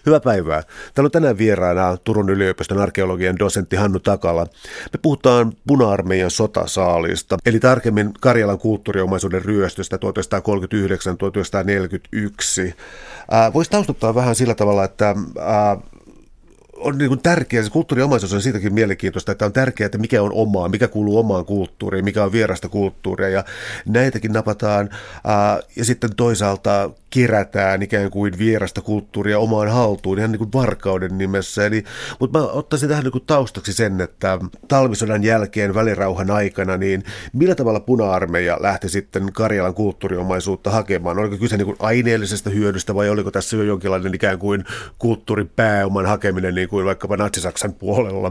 Hyvää päivää. Täällä on tänään vieraana Turun yliopiston arkeologian dosentti Hannu Takala. Me puhutaan Puna-armeijan sotasaalista, eli tarkemmin Karjalan kulttuuriomaisuuden ryöstöstä 1939-1941. Voisi taustuttaa vähän sillä tavalla, että on niin kuin tärkeää, se kulttuuriomaisuus on siitäkin mielenkiintoista, että on tärkeää, että mikä on omaa, mikä kuuluu omaan kulttuuriin, mikä on vierasta kulttuuria, ja näitäkin napataan, ja sitten toisaalta kerätään ikään kuin vierasta kulttuuria omaan haltuun, ihan niin kuin varkauden nimessä. Mutta mä ottaisin tähän niin kuin taustaksi sen, että talvisodan jälkeen välirauhan aikana, niin millä tavalla Puna-armeija lähti sitten Karjalan kulttuuriomaisuutta hakemaan? Oliko kyse niin kuin aineellisesta hyödystä, vai oliko tässä jo jonkinlainen ikään kuin kulttuuripääoman hakeminen niin kuin vaikkapa Natsi-Saksan puolella?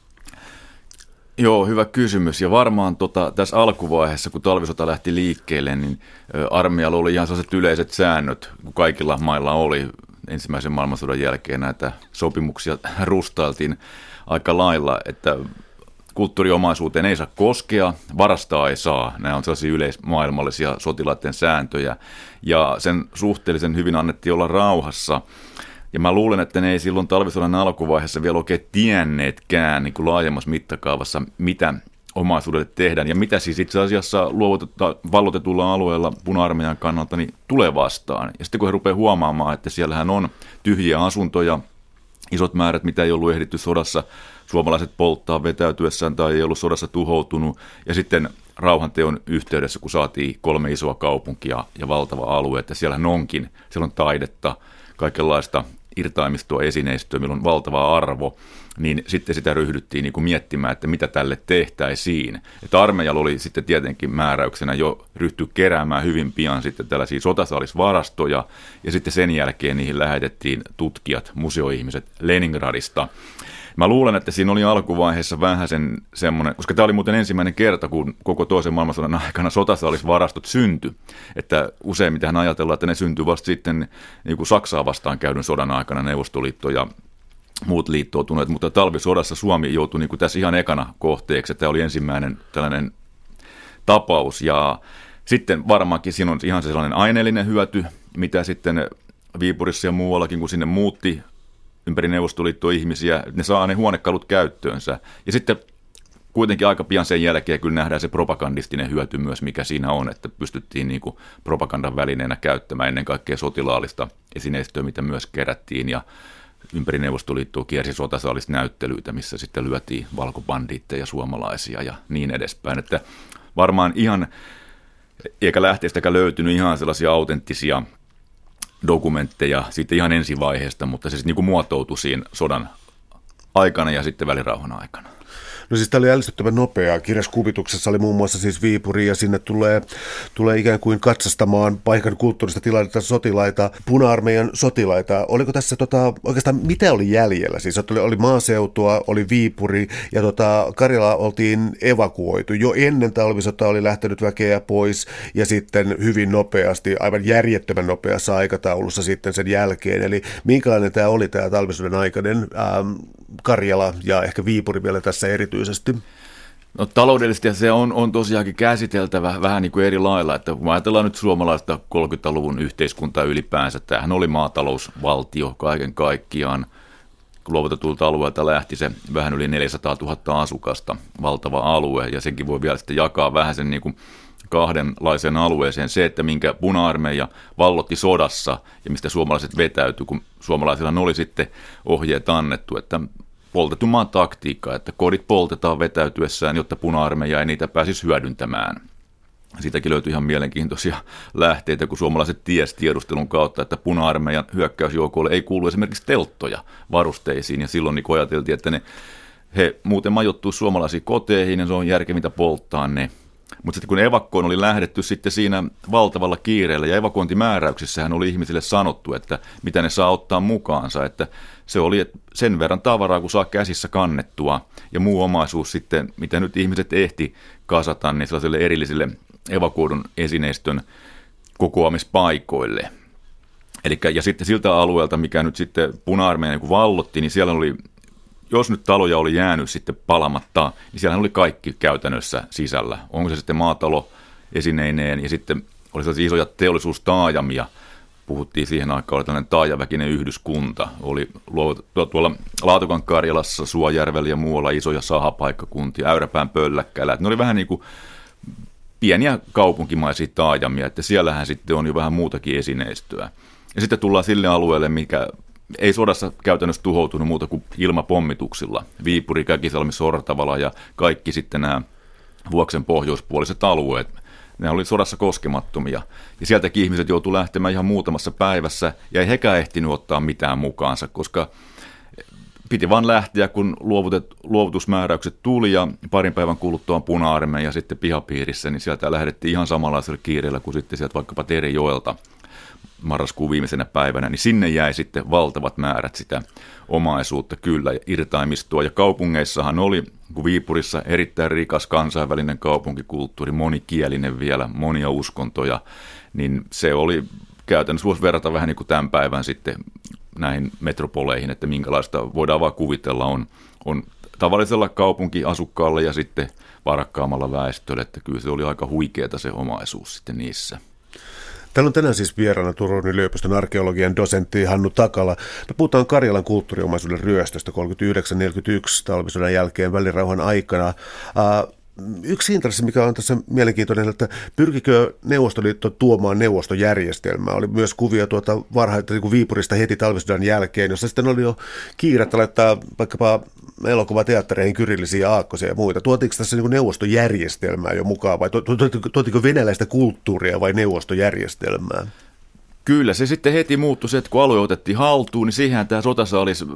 Joo, hyvä kysymys. Ja varmaan tässä alkuvaiheessa, kun talvisota lähti liikkeelle, niin armeijalla oli ihan sellaiset yleiset säännöt, kun kaikilla mailla oli ensimmäisen maailmansodan jälkeen näitä sopimuksia rustailtiin aika lailla, että kulttuuriomaisuuteen ei saa koskea, varastaa ei saa. Nämä on sellaisia yleismaailmallisia sotilaiden sääntöjä, ja sen suhteellisen hyvin annettiin olla rauhassa. Ja mä luulen, että ne ei silloin talvisodan alkuvaiheessa vielä oikein tienneetkään niin kuin laajemmassa mittakaavassa, mitä omaisuudelle tehdään. Ja mitä siis itse asiassa valloitetulla alueella Puna-armeijan kannalta niin tulee vastaan. Ja sitten kun he rupeaa huomaamaan, että siellähän on tyhjiä asuntoja, isot määrät, mitä ei ollut ehditty sodassa, suomalaiset polttaa vetäytyessään tai ei ollut sodassa tuhoutunut. Ja sitten rauhanteon yhteydessä, kun saatiin 3 isoa kaupunkia ja valtava alue, että siellähän onkin, siellä on taidetta, kaikenlaista irtaimistoa, esineistöä, millä on valtava arvo, niin sitten sitä ryhdyttiin niin kuin miettimään, että mitä tälle tehtäisiin. Että armeijalla oli sitten tietenkin määräyksenä jo ryhtyä keräämään hyvin pian sitten tällaisia sotasaalisvarastoja, ja sitten sen jälkeen niihin lähetettiin tutkijat, museoihmiset Leningradista. Mä luulen, että siinä oli alkuvaiheessa vähän semmoinen, koska tämä oli muuten ensimmäinen kerta, kun koko toisen maailmansodan aikana sotasaalisvarastot syntyi. Että useimmiten ajatellaan, että ne syntyi vasta sitten niin kuin Saksaa vastaan käydyn sodan aikana, Neuvostoliitto ja muut liittoutuneet, mutta talvisodassa Suomi joutui niin kuin tässä ihan ekana kohteeksi. Tämä oli ensimmäinen tällainen tapaus, ja sitten varmaankin siinä on ihan sellainen aineellinen hyöty, mitä sitten Viipurissa ja muuallakin, kun sinne muutti ympäri Neuvostoliittoa ihmisiä, ne saa ne huonekalut käyttöönsä. Ja sitten kuitenkin aika pian sen jälkeen kyllä nähdään se propagandistinen hyöty myös, mikä siinä on, että pystyttiin niin kuin propagandan välineenä käyttämään ennen kaikkea sotilaallista esineistöä, mitä myös kerättiin, ja ympäri Neuvostoliittoa kiersi sotasaalisnäyttelyitä, missä sitten lyötiin valkobandiitteja, suomalaisia ja niin edespäin. Että varmaan ihan, eikä lähteestäkään löytynyt ihan sellaisia autenttisia dokumentteja siitä ihan ensivaiheesta, mutta se sitten niin kuin muotoutui siinä sodan aikana ja sitten välirauhan aikana. No siis tämä oli ällistyttävän nopeaa. Kirjaskuvituksessa oli muun muassa siis Viipuri, ja sinne tulee ikään kuin katsastamaan paikan kulttuurista tilannetta sotilaita, Puna-armeijan sotilaita. Oliko tässä oikeastaan mitä oli jäljellä? Siis oli maaseutua, oli Viipuri, ja Karjala oltiin evakuoitu. Jo ennen talvisotaa oli lähtenyt väkeä pois, ja sitten hyvin nopeasti, aivan järjettömän nopeassa aikataulussa sitten sen jälkeen. Eli minkälainen tämä oli tämä talvisodan aikainen Karjala ja ehkä Viipuri vielä tässä erityisesti? No, taloudellisesti se on tosiaankin käsiteltävä vähän niin kuin eri lailla, että kun ajatellaan nyt suomalaista 30-luvun yhteiskuntaa ylipäänsä, tämähän oli maatalousvaltio kaiken kaikkiaan. Kun luovutetulta alueelta lähti se vähän yli 400 000 asukasta, valtava alue, ja senkin voi vielä sitten jakaa vähän sen niin kuin kahdenlaiseen alueeseen. Se, että minkä Puna-armeija vallotti sodassa ja mistä suomalaiset vetäytyi, kun suomalaisilla oli sitten ohjeet annettu, että poltettu maan taktiikka, että kodit poltetaan vetäytyessään, jotta Puna-armeija ei niitä pääsisi hyödyntämään. Siitäkin löytyi ihan mielenkiintoisia lähteitä, kun suomalaiset tiesi tiedustelun kautta, että Puna-armeijan hyökkäysjoukoille ei kuulu esimerkiksi telttoja varusteisiin, ja silloin niin ajateltiin, että he muuten majoittuisivat suomalaisiin koteihin, ja se on järkevintä polttaa ne. Mutta sitten kun evakkoon oli lähdetty sitten siinä valtavalla kiireellä, ja evakuointimääräyksissähän oli ihmisille sanottu, että mitä ne saa ottaa mukaansa, että se oli sen verran tavaraa, kun saa käsissä kannettua, ja muu omaisuus sitten, mitä nyt ihmiset ehti kasata, niin sellaisille erillisille evakuoidun esineistön kokoamispaikoille. Ja sitten siltä alueelta, mikä nyt sitten Puna-armeija niin vallotti, niin siellä oli, jos nyt taloja oli jäänyt sitten palamatta, niin siellä oli kaikki käytännössä sisällä. Onko se sitten maatalo esineineen, ja sitten oli sellaisia isoja teollisuustaajamia, puhuttiin siihen aikaan, oli tällainen taajaväkinen yhdyskunta. Oli tuolla Laatokan Karjalassa, Suojärvellä ja muualla isoja sahapaikkakuntia, Äyräpään Pölläkkälä. Ne oli vähän niin kuin pieniä kaupunkimaisia taajamia, että siellähän sitten on jo vähän muutakin esineistöä. Ja sitten tullaan sille alueelle, mikä ei sodassa käytännössä tuhoutunut muuta kuin ilmapommituksilla. Viipuri, Käkisalmi, Sortavala ja kaikki sitten nämä Vuoksen pohjoispuoliset alueet. Ne oli sodassa koskemattomia. Ja sieltäkin ihmiset joutuu lähtemään ihan muutamassa päivässä ja ei hekään ehtinyt ottaa mitään mukaansa, koska piti vaan lähteä, kun luovutusmääräykset tuli ja parin päivän kuluttua Puna-armeija sitten pihapiirissä, niin sieltä lähdettiin ihan samanlaisella kiireellä kuin sitten sieltä vaikkapa Terijoelta marraskuun viimeisenä päivänä, niin sinne jäi sitten valtavat määrät sitä omaisuutta kyllä ja irtaimistoa. Ja kaupungeissahan oli, kun Viipurissa erittäin rikas kansainvälinen kaupunkikulttuuri, monikielinen vielä, monia uskontoja, niin se oli käytännössä, voisi verrata vähän niin kuin tämän päivän sitten näihin metropoleihin, että minkälaista voidaan vaan kuvitella on tavallisella kaupunkiasukkaalle ja sitten varakkaammalla väestöllä, että kyllä se oli aika huikeata se omaisuus sitten niissä. Täällä on tänään siis vieraana Turun yliopiston arkeologian dosentti Hannu Takala. Me puhutaan Karjalan kulttuuriomaisuuden ryöstöstä 39-41 talvisodan jälkeen välirauhan aikana. Yksi intressi, mikä on tässä mielenkiintoinen, että pyrkikö Neuvostoliitto tuomaan neuvostojärjestelmää? Oli myös kuvia varhaita niin Viipurista heti talvisodan jälkeen, jossa sitten oli jo kiirettä laittaa vaikkapa elokuvateattereihin kyrillisiä aakkosia ja muita. Tuotiinko tässä niin neuvostojärjestelmää jo mukaan vai tuotiinko venäläistä kulttuuria vai neuvostojärjestelmää? Kyllä, se sitten heti muuttui se, että kun alue otettiin haltuun, niin siihen tämä sotasaalis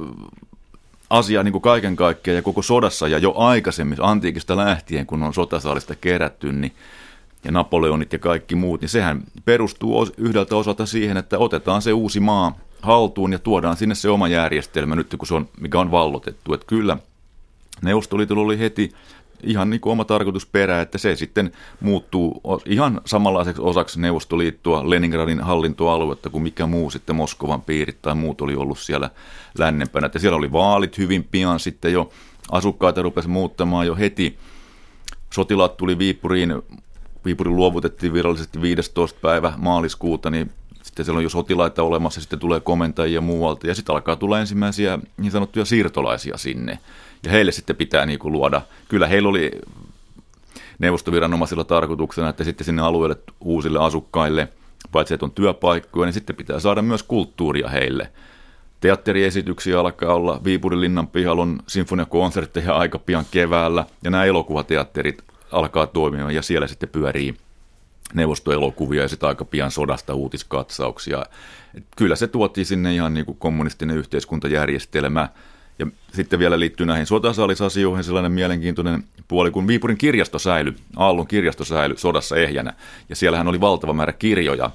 asia niin kuin kaiken kaikkiaan ja koko sodassa ja jo aikaisemmin antiikista lähtien, kun on sotasaalista kerätty, niin, ja Napoleonit ja kaikki muut, niin sehän perustuu yhdeltä osalta siihen, että otetaan se uusi maa haltuun ja tuodaan sinne se oma järjestelmä nyt, kun se on, mikä on vallotettu. Että kyllä Neuvostoliitolla oli heti ihan niin kuin oma tarkoitusperä, että se sitten muuttuu ihan samanlaiseksi osaksi Neuvostoliittoa, Leningradin hallintoaluetta kuin mikä muu sitten Moskovan piirit tai muut oli ollut siellä lännempänä. Että siellä oli vaalit hyvin pian sitten jo, asukkaita rupesi muuttamaan jo heti. Sotilaat tuli Viipuriin, Viipuri luovutettiin virallisesti 15. päivä maaliskuuta, niin sitten siellä on jo sotilaita olemassa, sitten tulee komentajia muualta ja sitten alkaa tulla ensimmäisiä niin sanottuja siirtolaisia sinne. Ja heille sitten pitää niin kuin luoda, kyllä heillä oli neuvostoviranomaisilla tarkoituksena, että sitten sinne alueelle uusille asukkaille, paitsi että on työpaikkoja, niin sitten pitää saada myös kulttuuria heille. Teatteriesityksiä alkaa olla, Viipurin linnan pihalla on sinfoniakonsertteja aika pian keväällä, ja nämä elokuvateatterit alkaa toimia, ja siellä sitten pyörii neuvostoelokuvia ja sitten aika pian sodasta uutiskatsauksia. Kyllä se tuotiin sinne ihan niin kuin kommunistinen yhteiskuntajärjestelmä. Ja sitten vielä liittyy näihin sotasaalisasioihin sellainen mielenkiintoinen puoli, kun Viipurin kirjasto säilyi, Aallon kirjasto säilyi sodassa ehjänä, ja siellähän oli valtava määrä kirjoja,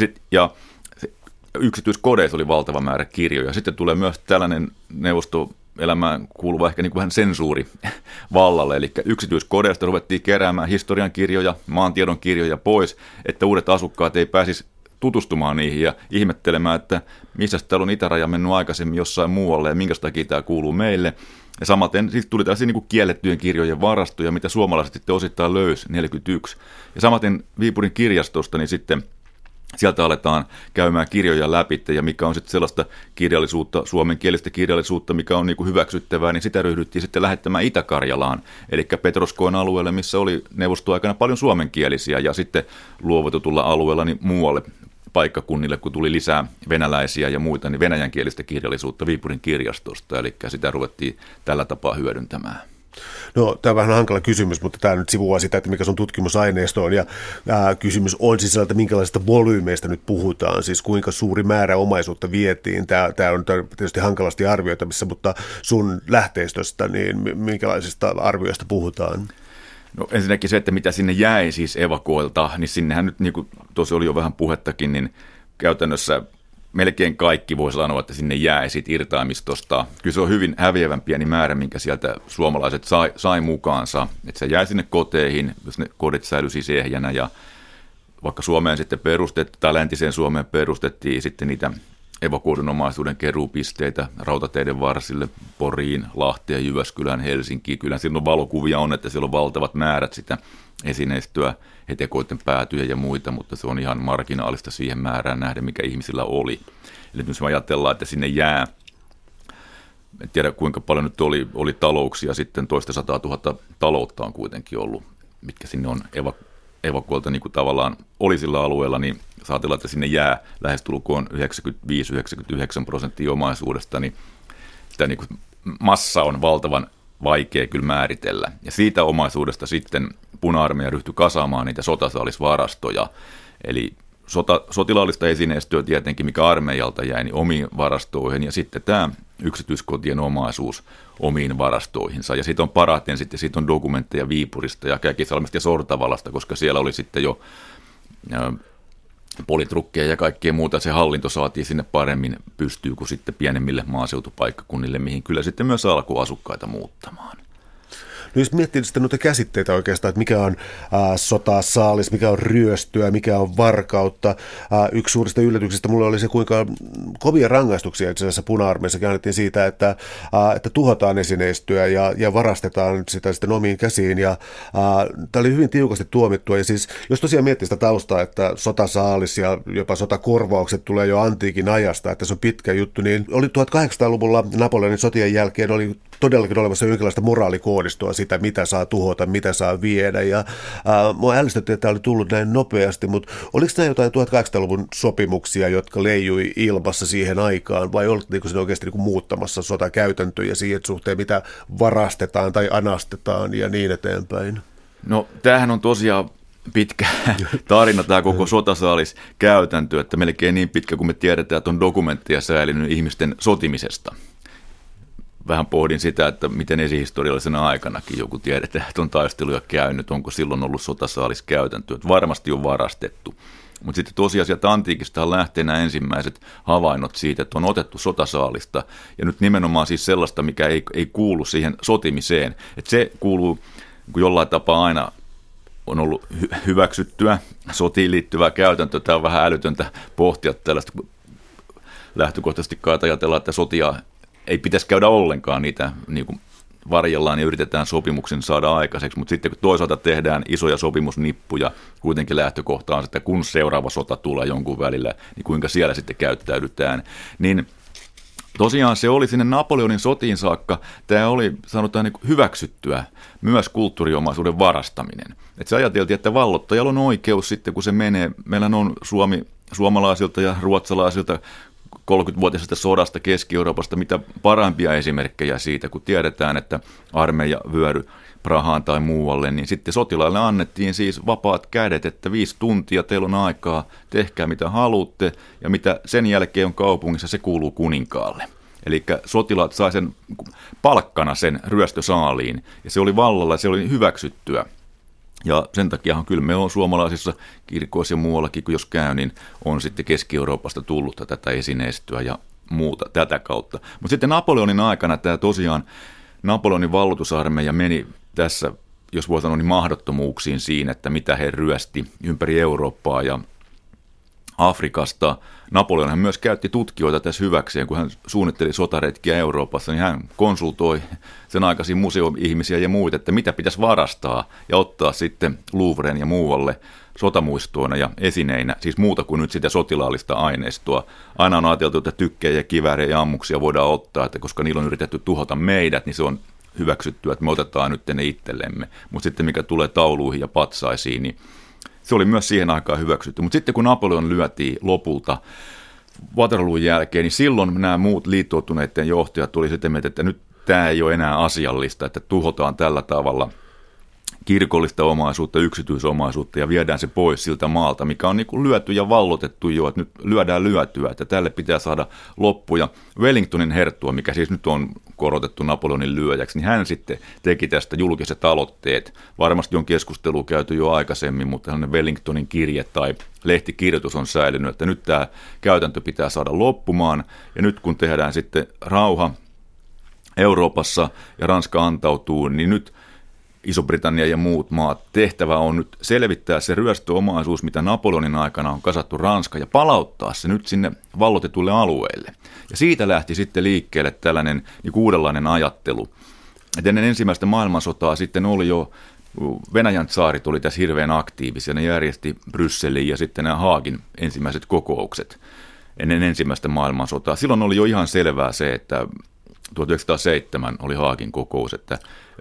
ja yksityiskodeissa oli valtava määrä kirjoja. Sitten tulee myös tällainen neuvostoelämään kuuluva ehkä niin kuin vähän sensuuri vallalle, eli yksityiskodeista ruvettiin keräämään historian kirjoja, maantiedon kirjoja pois, että uudet asukkaat ei pääsisi tutustumaan niihin ja ihmettelemään, että missä täällä on itäraja mennyt aikaisemmin jossain muualle ja minkä takia tämä kuuluu meille. Ja samaten siis tuli tällaisia niin kuin kiellettyjen kirjojen varastoja, mitä suomalaiset sitten osittain löysi 41. Ja samaten Viipurin kirjastosta, niin sitten sieltä aletaan käymään kirjoja läpi, ja mikä on sitten sellaista kirjallisuutta, suomenkielistä kirjallisuutta, mikä on niin kuin hyväksyttävää, niin sitä ryhdyttiin sitten lähettämään Itä-Karjalaan, eli Petroskoen alueelle, missä oli neuvostoaikana paljon suomenkielisiä, ja sitten luovutetulla alueella niin muualle paikkakunnille, kun tuli lisää venäläisiä ja muita, niin venäjänkielistä kirjallisuutta Viipurin kirjastosta, eli sitä ruvettiin tällä tapaa hyödyntämään. No, tämä on vähän hankala kysymys, mutta tämä nyt sivuaa sitä, että mikä sun tutkimusaineisto on, ja kysymys on sisällä, että minkälaisista volyymeista nyt puhutaan, siis kuinka suuri määrä omaisuutta vietiin. Tämä on tietysti hankalasti arvioitavissa, mutta sun lähteistöstä, niin minkälaisista arvioista puhutaan? No ensinnäkin se, että mitä sinne jäi siis evakoilta, niin sinnehän nyt, niin kuin tuossa oli jo vähän puhettakin, niin käytännössä melkein kaikki voi sanoa, että sinne jäi siitä irtaimistosta. Kyllä se on hyvin häviävän pieni määrä, minkä sieltä suomalaiset sai mukaansa. Että se jäi sinne koteihin, jos ne kodit säilyi siis ehjänä. Ja vaikka Suomeen sitten perustettiin, tai läntiseen Suomeen perustettiin sitten niitä evakuoidun omaisuuden keruupisteitä rautateiden varsille, Poriin, Lahteen, Jyväskylään, Helsinkiin. Kyllä silloin valokuvia on, että siellä on valtavat määrät sitä esineistöä, hetekoiden päätyjä ja muita, mutta se on ihan marginaalista siihen määrään nähden, mikä ihmisillä oli. Eli jos me ajatellaan, että sinne jää, en tiedä kuinka paljon nyt oli talouksia, sitten 200 000 taloutta on kuitenkin ollut, mitkä sinne on evakuoilta niin kuin tavallaan oli sillä alueella, niin saatellaan, että sinne jää lähestulkoon 95-99% omaisuudesta, niin sitä niin kuin massa on valtavan vaikea kyllä määritellä. Ja siitä omaisuudesta sitten Puna-armeija ryhtyi kasaamaan niitä sotasaalisvarastoja, eli sotilaallista esineistöä tietenkin, mikä armeijalta jäi, niin omiin varastoihin, ja sitten tämä yksityiskotien omaisuus omiin varastoihinsa. Ja siitä on parhaiten sitten siitä on dokumentteja Viipurista ja Käkisalmesta ja Sortavalasta, koska siellä oli sitten jo politrukkeja ja kaikkea muuta. Se hallinto saatiin sinne paremmin pystyy kuin sitten pienemmille maaseutupaikkakunnille, mihin kyllä sitten myös alkoi asukkaita muuttamaan. No jos miettii sitten noita käsitteitä oikeastaan, että mikä on sotasaalis, mikä on ryöstöä, mikä on varkautta. Yksi suurista yllätyksistä mulle oli se, kuinka kovia rangaistuksia itse asiassa Puna-armeijassa annettiin siitä, että tuhotaan esineistöä ja varastetaan sitä sitten omiin käsiin. Ja tämä oli hyvin tiukasti tuomittua. Ja siis jos tosiaan miettii sitä taustaa, että sotasaalis ja jopa sotakorvaukset tulee jo antiikin ajasta, että se on pitkä juttu, niin oli 1800-luvulla Napoleonin sotien jälkeen oli todellakin olemassa jonkinlaista moraalikoodistoa sitä, mitä saa tuhota, mitä saa viedä. Ja mua ällistytti, että tämä oli tullut näin nopeasti, mutta oliko nämä jotain 1800-luvun sopimuksia, jotka leijui ilmassa siihen aikaan, vai olitko siinä oikeasti niin kuin muuttamassa sotakäytäntöjä siihen suhteen, mitä varastetaan tai anastetaan ja niin eteenpäin? No tämähän on tosiaan pitkä tarina tämä koko sotasaaliskäytäntö, että melkein niin pitkä kuin me tiedetään, että on dokumentteja säilynyt ihmisten sotimisesta. Vähän pohdin sitä, että miten esihistoriallisena aikanakin joku tiedetään, että on taisteluja käynyt, onko silloin ollut sotasaaliskäytäntö, että varmasti on varastettu. Mutta sitten tosiasiat antiikista lähtee nämä ensimmäiset havainnot siitä, että on otettu sotasaalista, ja nyt nimenomaan siis sellaista, mikä ei kuulu siihen sotimiseen. Että se kuuluu jollain tapaa aina on ollut hyväksyttyä sotiin liittyvää käytäntöä. Tämä on vähän älytöntä pohtia tällaista, kun lähtökohtaisesti kai ajatellaan, että sotia ei pitäisi käydä ollenkaan, niitä niin kuin varjellaan ja yritetään sopimuksen saada aikaiseksi, mutta sitten kun toisaalta tehdään isoja sopimusnippuja, kuitenkin lähtökohta on, että kun seuraava sota tulee jonkun välillä, niin kuinka siellä sitten käyttäydytään, niin tosiaan se oli sinne Napoleonin sotiin saakka, tämä oli sanotaan niin kuin hyväksyttyä myös kulttuuriomaisuuden varastaminen. Että se ajateltiin, että vallottajalla on oikeus sitten, kun se menee, meillä on suomalaisilta ja ruotsalaisilta 30-vuotisesta sodasta Keski-Euroopasta mitä parempia esimerkkejä siitä, kun tiedetään, että armeija vyöry Prahaan tai muualle, niin sitten sotilaille annettiin siis vapaat kädet, että 5 tuntia teillä on aikaa, tehkää mitä haluatte, ja mitä sen jälkeen on kaupungissa, se kuuluu kuninkaalle. Eli sotilaat sai sen palkkana sen ryöstösaaliin, ja se oli vallalla, se oli hyväksyttyä. Ja sen takiahan kyllä me on suomalaisissa kirkoissa ja muuallakin, kun jos käy, niin on sitten Keski-Euroopasta tullut tätä esineistöä ja muuta tätä kautta. Mutta sitten Napoleonin aikana tämä tosiaan Napoleonin valloitusarmeija meni tässä, jos voi sanoa, niin mahdottomuuksiin siinä, että mitä he ryösti ympäri Eurooppaa ja Afrikasta. Napoleonhan myös käytti tutkijoita tässä hyväkseen, kun hän suunnitteli sotaretkiä Euroopassa, niin hän konsultoi sen aikaisia museoihmisiä ja muita, että mitä pitäisi varastaa ja ottaa sitten Louvren ja muualle sotamuistoina ja esineinä, siis muuta kuin nyt sitä sotilaallista aineistoa. Aina on ajateltu, että tykkejä ja kiväärejä ja ammuksia voidaan ottaa, että koska niillä on yritetty tuhota meidät, niin se on hyväksyttyä, että me otetaan nyt ne itsellemme. Mutta sitten mikä tulee tauluihin ja patsaisiin, niin se oli myös siihen aikaan hyväksytty. Mutta sitten kun Napoleon lyötiin lopulta Waterloon jälkeen, niin silloin nämä muut liittoutuneiden johtajat tuli sitten mieltä, että nyt tämä ei ole enää asiallista, että tuhotaan tällä tavalla kirkollista omaisuutta, yksityisomaisuutta ja viedään se pois siltä maalta, mikä on niin kuin lyöty ja vallotettu jo, että nyt lyödään lyötyä, että tälle pitää saada loppu. Ja Wellingtonin herttua, mikä siis nyt on korotettu Napoleonin lyöjäksi, niin hän sitten teki tästä julkiset aloitteet. Varmasti on keskustelua käyty jo aikaisemmin, mutta sellainen Wellingtonin kirje tai lehtikirjoitus on säilynyt, että nyt tämä käytäntö pitää saada loppumaan. Ja nyt kun tehdään sitten rauha Euroopassa ja Ranska antautuu, niin nyt Iso-Britannia ja muut maat. Tehtävä on nyt selvittää se ryöstöomaisuus, mitä Napoleonin aikana on kasattu Ranska, ja palauttaa se nyt sinne vallotetuille alueille. Ja siitä lähti sitten liikkeelle tällainen niin uudenlainen ajattelu. Et ennen ensimmäistä maailmansotaa sitten oli jo, Venäjän tsaarit oli tässä hirveän aktiivisia, ne järjesti Brysseliin ja sitten nämä Haagin ensimmäiset kokoukset ennen ensimmäistä maailmansotaa. Silloin oli jo ihan selvää se, että 1907 oli Haagin kokous, että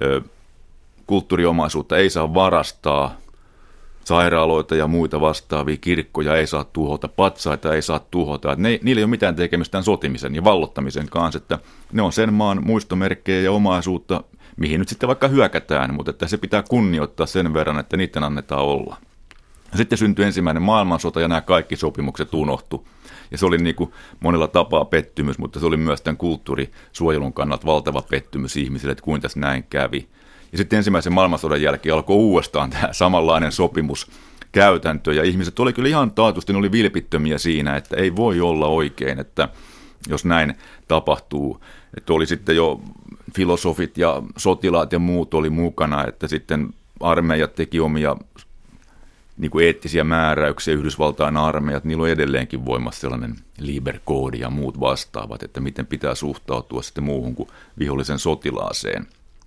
kulttuuriomaisuutta ei saa varastaa, sairaaloita ja muita vastaavia, kirkkoja ei saa tuhota, patsaita ei saa tuhota. Niillä ei ole mitään tekemistä tämän sotimisen ja vallottamisen kanssa, että ne on sen maan muistomerkkejä ja omaisuutta, mihin nyt sitten vaikka hyökätään, mutta että se pitää kunnioittaa sen verran, että niiden annetaan olla. Sitten syntyi ensimmäinen maailmansota ja nämä kaikki sopimukset unohtu. Ja se oli niin kuin monella tapaa pettymys, mutta se oli myös tämän kulttuurisuojelun kannalta valtava pettymys ihmisille, että kuinka tässä näin kävi. Ja sitten ensimmäisen maailmansodan jälkeen alkoi uudestaan tämä samanlainen sopimuskäytäntö, ja ihmiset oli kyllä ihan taatusti, ne oli vilpittömiä siinä, että ei voi olla oikein, että jos näin tapahtuu, että oli sitten jo filosofit ja sotilaat ja muut oli mukana, että sitten armeijat teki omia niin kuin eettisiä määräyksiä, Yhdysvaltain armeijat, niillä on edelleenkin voimassa sellainen Liber-koodi ja muut vastaavat, että miten pitää suhtautua sitten muuhun kuin vihollisen sotilaaseen.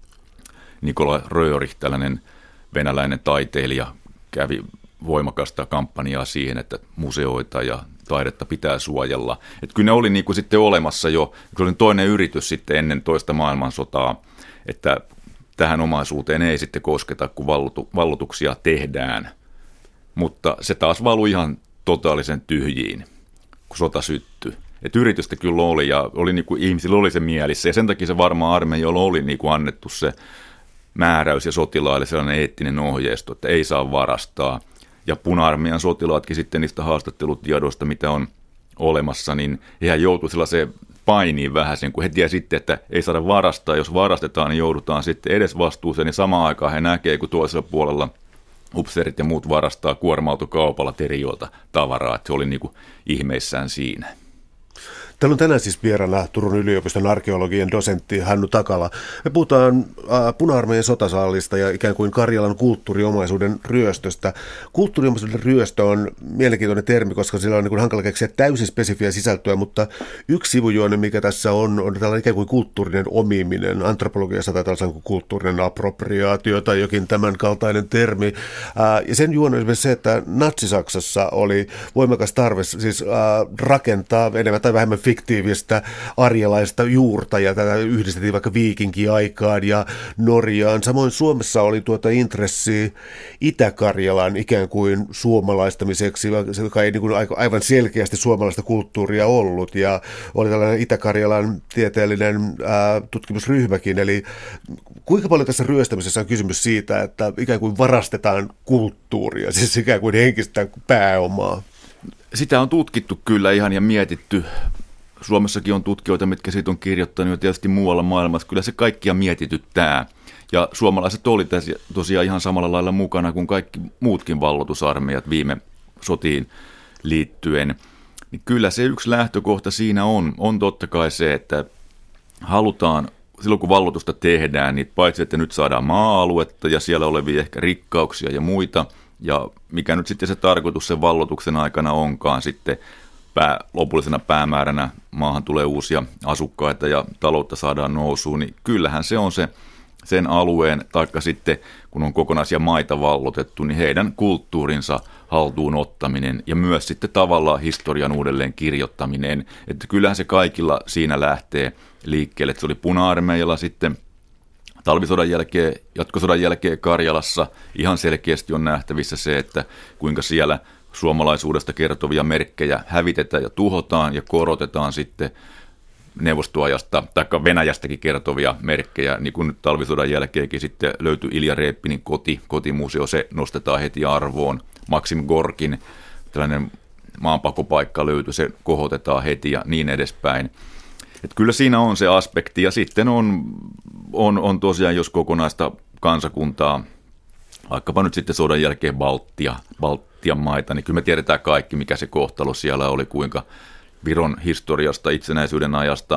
Nikolai Röörich, tällainen venäläinen taiteilija, kävi voimakasta kampanjaa siihen, että museoita ja taidetta pitää suojella. Että kyllä ne oli niin kuin sitten olemassa jo, se oli toinen yritys sitten ennen toista maailmansotaa, että tähän omaisuuteen ei sitten kosketa, kun vallotuksia tehdään. Mutta se taas valui ihan totaalisen tyhjiin, kun sota syttyi. Että yritystä kyllä oli ja oli niin kuin, ihmisillä oli se mielissä ja sen takia se varmaan armeijoilla oli niin kuin annettu se määräys ja sotilaille sellainen eettinen ohjeisto, että ei saa varastaa. Ja puna-armeijan sotilaatkin sitten niistä haastattelutiedoista, mitä on olemassa, niin hehän joutui sellaiseen painiin vähän sen, kun he tiedät sitten, että ei saada varastaa. Jos varastetaan, niin joudutaan sitten edes vastuuseen, niin samaan aikaan he näkee, kun toisella puolella upseerit ja muut varastaa kuorma-autokaupalla terijoilta tavaraa, että se oli niin kuin ihmeissään siinä. Täällä on tänään siis vieraana Turun yliopiston arkeologian dosentti Hannu Takala. Me puhutaan puna-armeijan sotasaalista ja ikään kuin Karjalan kulttuuriomaisuuden ryöstöstä. Kulttuuriomaisuuden ryöstö on mielenkiintoinen termi, koska sillä on niin kuin hankala keksiä täysin spesifiä sisältöä, mutta yksi sivujuone, mikä tässä on tällainen ikään kuin kulttuurinen omiminen. Antropologiassa taitaa olla kulttuurinen appropriaatio tai jokin tämän kaltainen termi. Ja sen juone on esimerkiksi se, että Natsi-Saksassa oli voimakas tarve siis rakentaa enemmän tai vähemmän fiktiivistä arjalaista juurta, ja tätä yhdistettiin vaikka viikinkiaikaan ja Norjaan. Samoin Suomessa oli intressi Itä-Karjalan ikään kuin suomalaistamiseksi, joka ei niin kuin aivan selkeästi suomalaista kulttuuria ollut, ja oli tällainen Itä-Karjalan tieteellinen tutkimusryhmäkin. Eli kuinka paljon tässä ryöstämisessä on kysymys siitä, että ikään kuin varastetaan kulttuuria, siis ikään kuin henkistä pääomaa? Sitä on tutkittu kyllä ihan ja mietitty. Suomessakin on tutkijoita, mitkä siitä on kirjoittanut ja tietysti muualla maailmassa. Kyllä se kaikkia mietityttää. Ja suomalaiset oli tosiaan ihan samalla lailla mukana kuin kaikki muutkin vallotusarmeijat viime sotiin liittyen. Niin kyllä se yksi lähtökohta siinä on totta kai se, että halutaan silloin kun vallotusta tehdään, niin paitsi että nyt saadaan maa-aluetta ja siellä olevia ehkä rikkauksia ja muita, ja mikä nyt sitten se tarkoitus sen vallotuksen aikana onkaan sitten lopullisena päämääränä, maahan tulee uusia asukkaita ja taloutta saadaan nousuun, niin kyllähän se on se sen alueen, taikka sitten kun on kokonaisia maita vallotettu, niin heidän kulttuurinsa haltuun ottaminen ja myös sitten tavallaan historian uudelleen kirjoittaminen, että kyllähän se kaikilla siinä lähtee liikkeelle, että se oli puna-armeijalla sitten talvisodan jälkeen, jatkosodan jälkeen Karjalassa ihan selkeästi on nähtävissä se, että kuinka siellä suomalaisuudesta kertovia merkkejä hävitetään ja tuhotaan ja korotetaan sitten neuvostoajasta tai Venäjästäkin kertovia merkkejä, niin kuin nyt talvisodan jälkeenkin sitten löytyi Ilja Reepinin kotimuseo, se nostetaan heti arvoon. Maksim Gorkin tällainen maanpakopaikka löytyi, se kohotetaan heti ja niin edespäin. Että kyllä siinä on se aspekti ja sitten on tosiaan, jos kokonaista kansakuntaa, vaikkapa nyt sitten sodan jälkeen Baltian maita, niin kyllä me tiedetään kaikki, mikä se kohtalo siellä oli, kuinka Viron historiasta, itsenäisyyden ajasta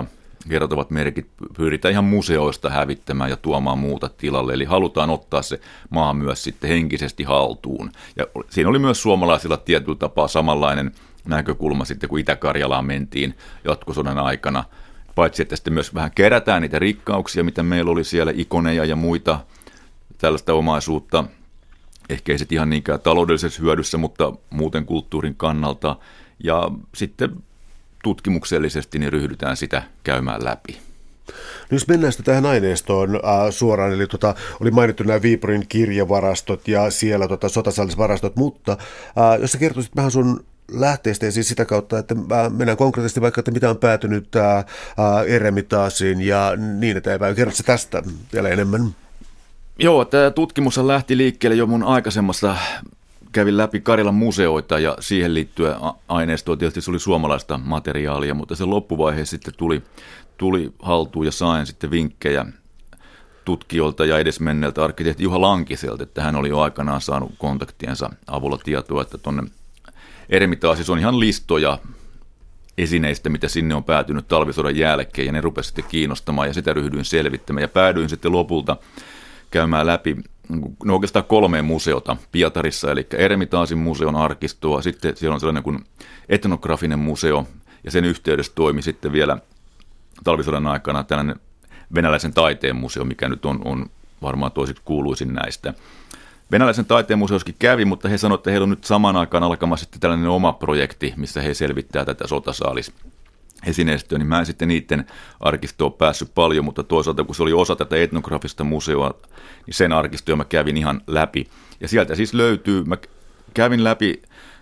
kertovat merkit pyritään ihan museoista hävittämään ja tuomaan muuta tilalle. Eli halutaan ottaa se maa myös sitten henkisesti haltuun. Ja siinä oli myös suomalaisilla tietyllä tapaa samanlainen näkökulma sitten, kun Itä-Karjalaan mentiin jatkosodan aikana. Paitsi, että sitten myös vähän kerätään niitä rikkauksia, mitä meillä oli siellä, ikoneja ja muita tällaista omaisuutta. Ehkä ei se ihan niinkään taloudellisessa hyödyssä, mutta muuten kulttuurin kannalta. Ja sitten tutkimuksellisesti niin ryhdytään sitä käymään läpi. No jos mennään sitten tähän aineistoon suoraan, eli oli mainittu nämä Viipurin kirjavarastot ja siellä sotasallisvarastot, mutta jos sä kertoisit vähän sun lähteistä ja siis sitä kautta, että mennään konkreettisesti vaikka, että mitä on päätynyt Eremitaasiin ja niin eteenpäin. Kerrotko tästä vielä enemmän? Joo, tämä tutkimus lähti liikkeelle jo mun aikaisemmassa, kävin läpi Karjalan museoita ja siihen liittyen aineistoa tietysti se oli suomalaista materiaalia, mutta se loppuvaiheessa sitten tuli haltuun ja sain sitten vinkkejä tutkijoilta ja edesmenneeltä arkkitehti Juha Lankiselta, että hän oli jo aikanaan saanut kontaktiensa avulla tietoa, että tuonne Eremitaasissa on ihan listoja esineistä, mitä sinne on päätynyt talvisodan jälkeen, ja ne rupesi sitten kiinnostamaan, ja sitä ryhdyin selvittämään, ja päädyin sitten lopulta käymään läpi oikeastaan 3 museota Pietarissa, eli Eremitaasin museon arkistoa, sitten siellä on sellainen kuin etnografinen museo, ja sen yhteydessä toimi sitten vielä talvisodan aikana tällainen venäläisen taiteen museo, mikä nyt on varmaan toiseksi kuuluisin näistä. Venäläisen taiteen museossakin kävi, mutta he sanoivat, että heillä on nyt samaan aikaan alkamassa sitten tällainen oma projekti, missä he selvittää tätä sotasaalis-esineistöä, niin mä en sitten niiden arkistoon päässyt paljon, mutta toisaalta kun se oli osa tätä etnografista museoa, niin sen arkistoa mä kävin ihan läpi. Ja sieltä siis löytyy, mä kävin läpi,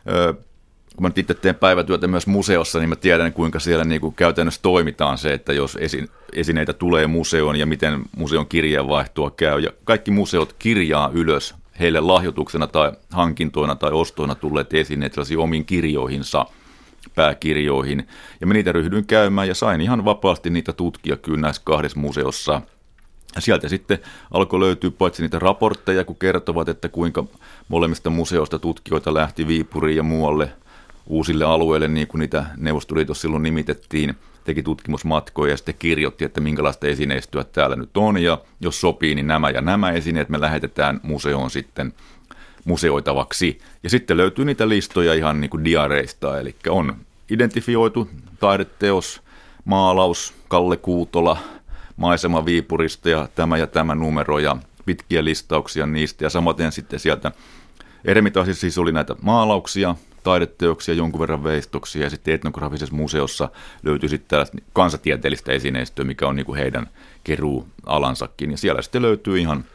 kun mä nyt itse teen päivätyötä myös museossa, niin mä tiedän kuinka siellä niin kuin käytännössä toimitaan se, että jos esineitä tulee museoon ja miten museon kirjeenvaihtoa käy. Ja kaikki museot kirjaa ylös heille lahjoituksena tai hankintoina tai ostoina tulleet esineet sellaisiin omiin kirjoihinsa, pääkirjoihin. Ja mä niitä ryhdyin käymään ja sain ihan vapaasti niitä tutkia kyllä näissä 2 museossa. Ja sieltä sitten alkoi löytyä paitsi niitä raportteja, kun kertovat, että kuinka molemmista museoista tutkijoita lähti Viipuriin ja muualle uusille alueille, niin kuin niitä Neuvostoliitossa silloin nimitettiin, teki tutkimusmatkoja ja sitten kirjoitti, että minkälaista esineistöä täällä nyt on, ja jos sopii, niin nämä ja nämä esineet me lähetetään museoon sitten museoitavaksi. Ja sitten löytyy niitä listoja ihan niin kuin diareista, eli on identifioitu taideteos, maalaus, Kalle Kuutola, maisema Viipurista ja tämä numero ja pitkiä listauksia niistä. Ja samaten sitten sieltä Eremitaasissa siis oli näitä maalauksia, taideteoksia, jonkun verran veistoksia ja sitten etnografisessa museossa löytyi sitten tällaista kansatieteellistä esineistöä, mikä on niin kuin heidän keruualansakin. Ja siellä sitten löytyy ihan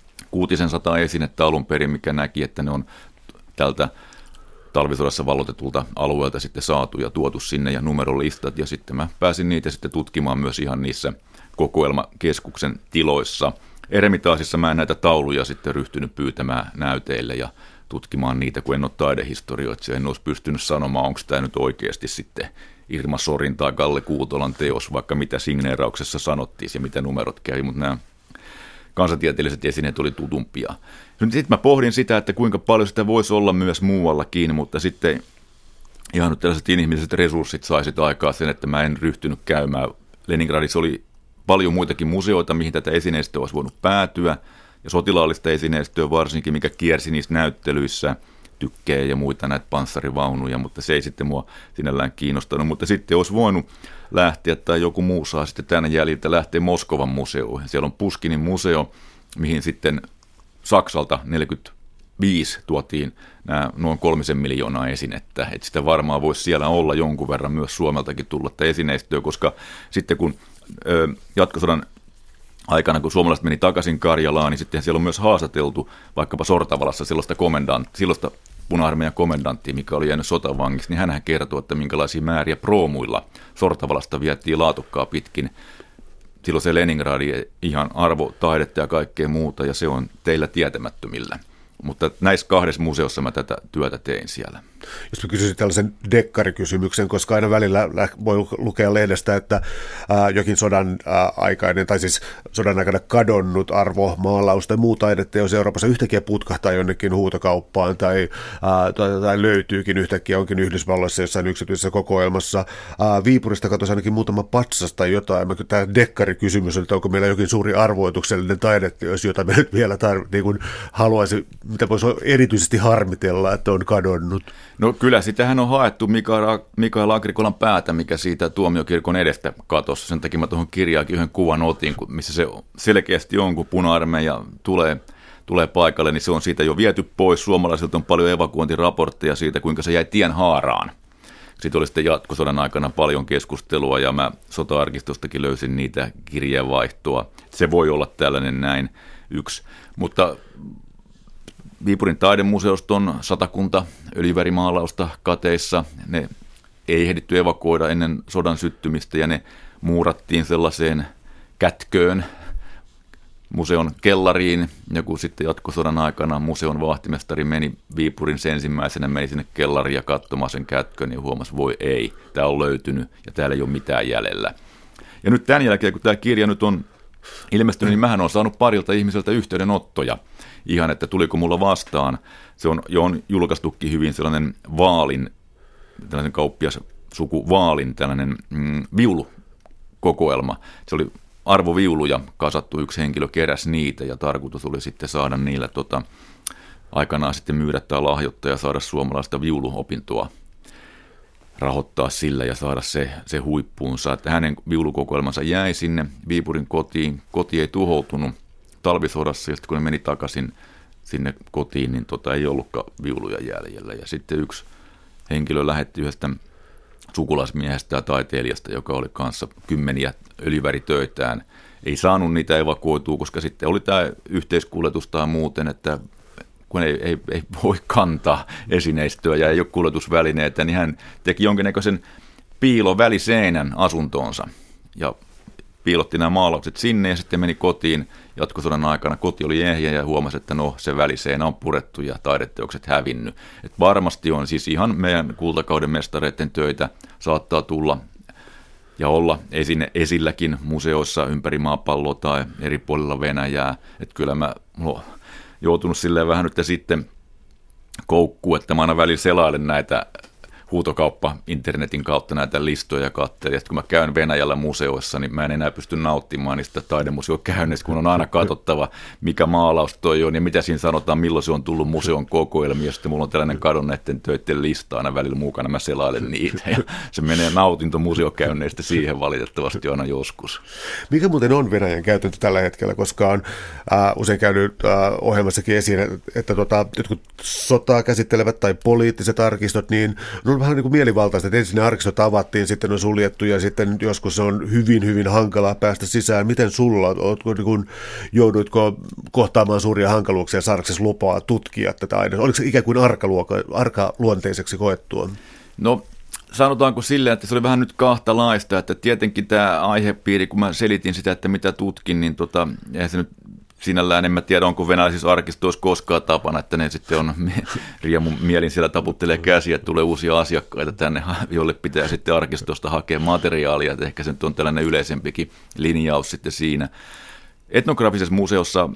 600 esinettä alun perin, mikä näki, että ne on tältä talvisodassa vallotetulta alueelta sitten saatu ja tuotu sinne ja numerolistat. Ja sitten mä pääsin niitä sitten tutkimaan myös ihan niissä kokoelmakeskuksen tiloissa. Eremitaasissa mä en näitä tauluja sitten ryhtynyt pyytämään näyteille ja tutkimaan niitä, kun en ole taidehistorioitsija. En olisi pystynyt sanomaan, onko tämä nyt oikeasti sitten Irma Sorin tai Kalle Kuutolan teos, vaikka mitä signeerauksessa sanottiin ja mitä numerot kävi, mutta nämä kansantieteelliset esineet oli tutumpia. Sitten mä pohdin sitä, että kuinka paljon sitä voisi olla myös muuallakin, mutta sitten ihan nyt tällaiset inhimilliset resurssit saisit aikaa sen, että mä en ryhtynyt käymään. Leningradissa oli paljon muitakin museoita, mihin tätä esineistöä olisi voinut päätyä, ja sotilaallista esineistöä varsinkin, mikä kiersi niissä näyttelyissä, tykkejä ja muita näitä panssarivaunuja, mutta se ei sitten mua sinällään kiinnostanut. Mutta sitten olisi voinut lähteä, tai joku muu saa sitten tänne jäljiltä lähteä Moskovan museoon. Siellä on Puskinin museo, mihin sitten Saksalta 1945 tuotiin nämä noin 3 miljoonaa esinettä. Että sitä varmaan voisi siellä olla jonkun verran myös Suomeltakin tullutta esineistöä, koska sitten kun jatkosodan aikana, kun suomalaiset meni takaisin Karjalaan, niin sitten siellä on myös haastateltu vaikkapa Sortavalassa silloista puna-armeijan komendanttia, mikä oli jäänyt sotavangiksi, niin hänhän kertoi, että minkälaisia määriä proomuilla Sortavalasta vietiin Laatukkaa pitkin. Silloin se Leningradi ihan arvotaidetta ja kaikkea muuta, ja se on teillä tietämättömillä. Mutta näissä 2 museossa mä tätä työtä tein siellä. Jos mä kysyisin tällaisen dekkarikysymyksen, koska aina välillä voi lukea lehdestä, että jokin sodan aikainen, tai siis sodan aikana kadonnut arvo, maalaus tai muu taideteos Euroopassa yhtäkkiä putkahtaa jonnekin huutokauppaan tai löytyykin yhtäkkiä onkin Yhdysvalloissa jossain yksityisessä kokoelmassa. Viipurista katsoisi ainakin muutama patsas tai jotain. Tämä dekkarikysymys on, että onko meillä jokin suuri arvoituksellinen taideteos, jota me nyt vielä niin haluaisi, mitä voisi erityisesti harmitella, että on kadonnut. No kyllä, sitähän on haettu Mikael Agrikolan päätä, mikä siitä tuomiokirkon edestä katosi. Sen takia mä tuohon kirjaakin yhden kuvan otin, missä se selkeästi on, kun puna-armeija tulee paikalle, niin se on siitä jo viety pois. Suomalaisilta on paljon evakuointiraportteja siitä, kuinka se jäi tien haaraan. Siitä oli sitten jatkosodan aikana paljon keskustelua, ja mä sota-arkistostakin löysin niitä kirjeenvaihtoa. Se voi olla tällainen näin yksi, mutta Viipurin taidemuseoston 100 öljyvärimaalausta kateissa. Ne ei ehditty evakuoida ennen sodan syttymistä ja ne muurattiin sellaiseen kätköön museon kellariin. Ja kun sitten jatkosodan aikana museon vahtimestari meni Viipurin ensimmäisenä, meni sinne kellariin ja katsomaan sen kätkön ja huomasi, voi ei, tämä on löytynyt ja täällä ei ole mitään jäljellä. Ja nyt tämän jälkeen, kun tämä kirja nyt on ilmestynyt, niin mähän olen saanut parilta ihmiseltä yhteydenottoja. Ihan, että tuliko mulla vastaan. Se on julkaistukin hyvin sellainen Vaalin, tällainen kauppias suku Vaalin, tällainen viulukokoelma. Se oli arvoviuluja kasattu, yksi henkilö keräsi niitä ja tarkoitus oli sitten saada niillä aikanaan sitten myydä tai lahjoittaa ja saada suomalaista viuluopintoa rahoittaa sillä ja saada se huippuunsa. Että hänen viulukokoelmansa jäi sinne Viipurin kotiin. Koti ei tuhoutunut talvisodassa, ja sitten kun ne meni takaisin sinne kotiin, niin ei ollutkaan viuluja jäljellä. Ja sitten yksi henkilö lähetti yhdestä sukulaismiehestä ja taiteilijasta, joka oli kanssa kymmeniä öljyväritöitään. Ei saanut niitä evakuoitua, koska sitten oli tämä yhteiskuljetus tai muuten, että kun ei voi kantaa esineistöä ja ei ole kuljetusvälineitä, niin hän teki jonkinnäköisen piiloväliseinän asuntoonsa ja piilotti nämä maalaukset sinne ja sitten meni kotiin jatkosodan aikana. Koti oli ehjä ja huomasi, että se väliseinä on purettu ja taideteokset hävinnyt. Et varmasti on siis ihan meidän kultakauden mestareiden töitä saattaa tulla ja olla esilläkin museoissa ympäri maapalloa tai eri puolilla Venäjää. Että kyllä mä joutunut silleen vähän nyt sitten koukkuun, että mä aina välillä selailen näitä huutokauppa internetin kautta näitä listoja katselin. Kun mä käyn Venäjällä museoissa, niin mä en enää pysty nauttimaan niistä taidemuseokäynneistä, kun on aina katsottava, mikä maalaus toi on ja mitä siinä sanotaan, milloin se on tullut museon kokoelmiin. Ja sitten mulla on tällainen kadonneiden töiden lista aina välillä mukana, mä selailen niitä. Ja se menee nautinto museokäynneistä siihen valitettavasti aina joskus. Mikä muuten on Venäjän käytäntö tällä hetkellä, koska on usein käynyt ohjelmassakin esiin, että jotkut sotaa käsittelevät tai poliittiset arkistot, niin on vähän niin kuin mielivaltaista, että ensin ne arkistot avattiin, sitten on suljettu ja sitten joskus se on hyvin, hyvin hankalaa päästä sisään. Miten sulla, jouduitko kohtaamaan suuria hankaluuksia saadaksesi lupaa tutkia tätä aineesta? Oliko se ikään kuin arkaluonteiseksi koettua? No sanotaanko silleen, että se oli vähän nyt kahtalaista, että tietenkin tämä aihepiiri, kun mä selitin sitä, että mitä tutkin, niin eihän se nyt sinällään en mä tiedä, onko venäläisissä arkistoissa koskaan tapana, että ne sitten on riemun mielin siellä taputtelee käsiä, että tulee uusia asiakkaita tänne, jolle pitää sitten arkistosta hakea materiaalia, että ehkä se nyt on tällainen yleisempikin linjaus sitten siinä. Etnografisessa museossa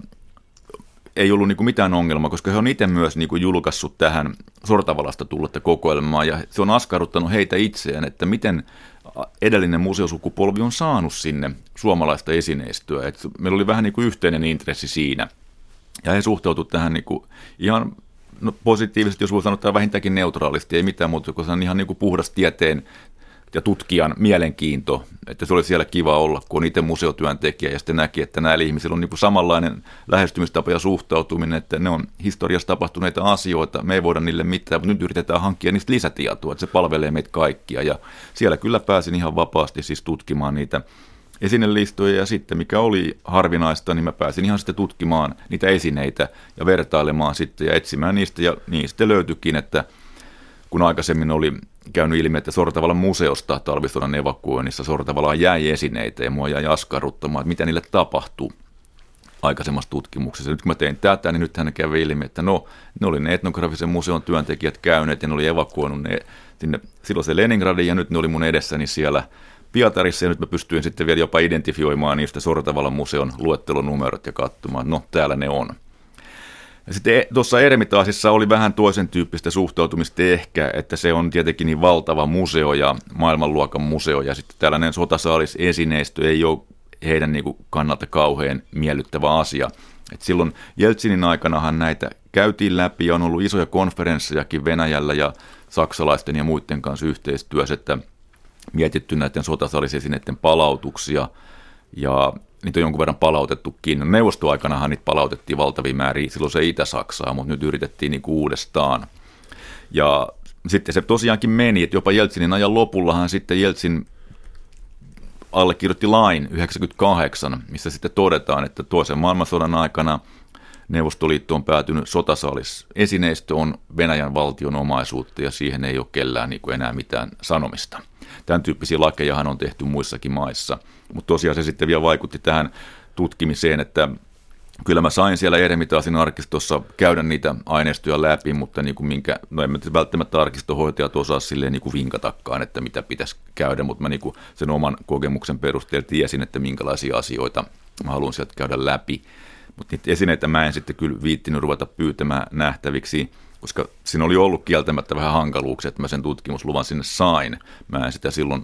ei ollut niin mitään ongelmaa, koska he on itse myös niin julkaissut tähän Sortavalasta tullutta kokoelmaa, ja se on askarruttanut heitä itseään, että miten edellinen museosukupolvi on saanut sinne suomalaista esineistöä. Et meillä oli vähän niin kuin yhteinen intressi siinä, ja he suhtautuivat tähän niin kuin ihan positiivisesti, jos voi sanoa vähintäänkin neutraalisti, ei mitään muuta, koska se on ihan niin kuin puhdas tieteen ja tutkijan mielenkiinto, että se oli siellä kiva olla, kun on itse museotyöntekijä ja sitten näki, että näillä ihmisillä on niin kuin samanlainen lähestymistapa ja suhtautuminen, että ne on historiassa tapahtuneita asioita, me ei voida niille mitään, mutta nyt yritetään hankkia niistä lisätietoa, että se palvelee meitä kaikkia ja siellä kyllä pääsin ihan vapaasti siis tutkimaan niitä esinelistoja ja sitten mikä oli harvinaista, niin mä pääsin ihan sitten tutkimaan niitä esineitä ja vertailemaan sitten ja etsimään niistä ja niin sitten löytyikin, että kun aikaisemmin oli käynyt ilmi, että Sortavalan museosta talvisodan evakuoinnissa Sortavalaan jäi esineitä ja mua jäi askarruttamaan, että mitä niille tapahtuu. aikaisemmassa tutkimuksessa. Nyt kun mä tein tätä, niin nythän ne kävi ilmi, että ne oli ne etnografisen museon työntekijät käyneet ja ne oli evakuoinut ne sinne silloin se Leningradiin ja nyt ne oli mun edessäni siellä Pietarissa ja nyt mä pystyin sitten vielä jopa identifioimaan niistä Sortavalan museon luettelonumerot ja katsomaan, että täällä ne on. Ja sitten tuossa Ermitaasissa oli vähän toisen tyyppistä suhtautumista ehkä, että se on tietenkin niin valtava museo ja maailmanluokan museo ja sitten tällainen sotasaalis-esineistö ei ole heidän niin kuin kannalta kauhean miellyttävä asia. Et silloin Jeltsinin aikanahan näitä käytiin läpi ja on ollut isoja konferenssejakin Venäjällä ja saksalaisten ja muiden kanssa yhteistyössä, että mietitty näiden sotasaalisesineiden palautuksia ja niitä on jonkun verran palautettukin. Neuvostoaikanahan niitä palautettiin valtavia määriä, silloin se Itä-Saksaa, mutta nyt yritettiin niin kuin uudestaan. Ja sitten se tosiaankin meni, että jopa Jeltsinin ajan lopullahan sitten Jeltsin allekirjoitti lain 1998, missä sitten todetaan, että toisen maailmansodan aikana Neuvostoliitto on päätynyt sotasaalis-esineistö on Venäjän valtion omaisuutta ja siihen ei ole kellään niin kuin enää mitään sanomista. Tämän tyyppisiä lakejahan on tehty muissakin maissa, mutta tosiaan se sitten vielä vaikutti tähän tutkimiseen, että kyllä mä sain siellä Ermitaasin arkistossa käydä niitä aineistoja läpi, mutta niin kuin en välttämättä arkistohoitajat osaa silleen niin kuin vinkatakaan, että mitä pitäisi käydä, mutta mä niin kuin sen oman kokemuksen perusteella tiesin, että minkälaisia asioita mä haluan sieltä käydä läpi. Mutta niitä esineitä mä en sitten kyllä viittinyt ruveta pyytämään nähtäviksi, koska siinä oli ollut kieltämättä vähän hankaluuksia, että mä sen tutkimusluvan sinne sain. Mä en sitä silloin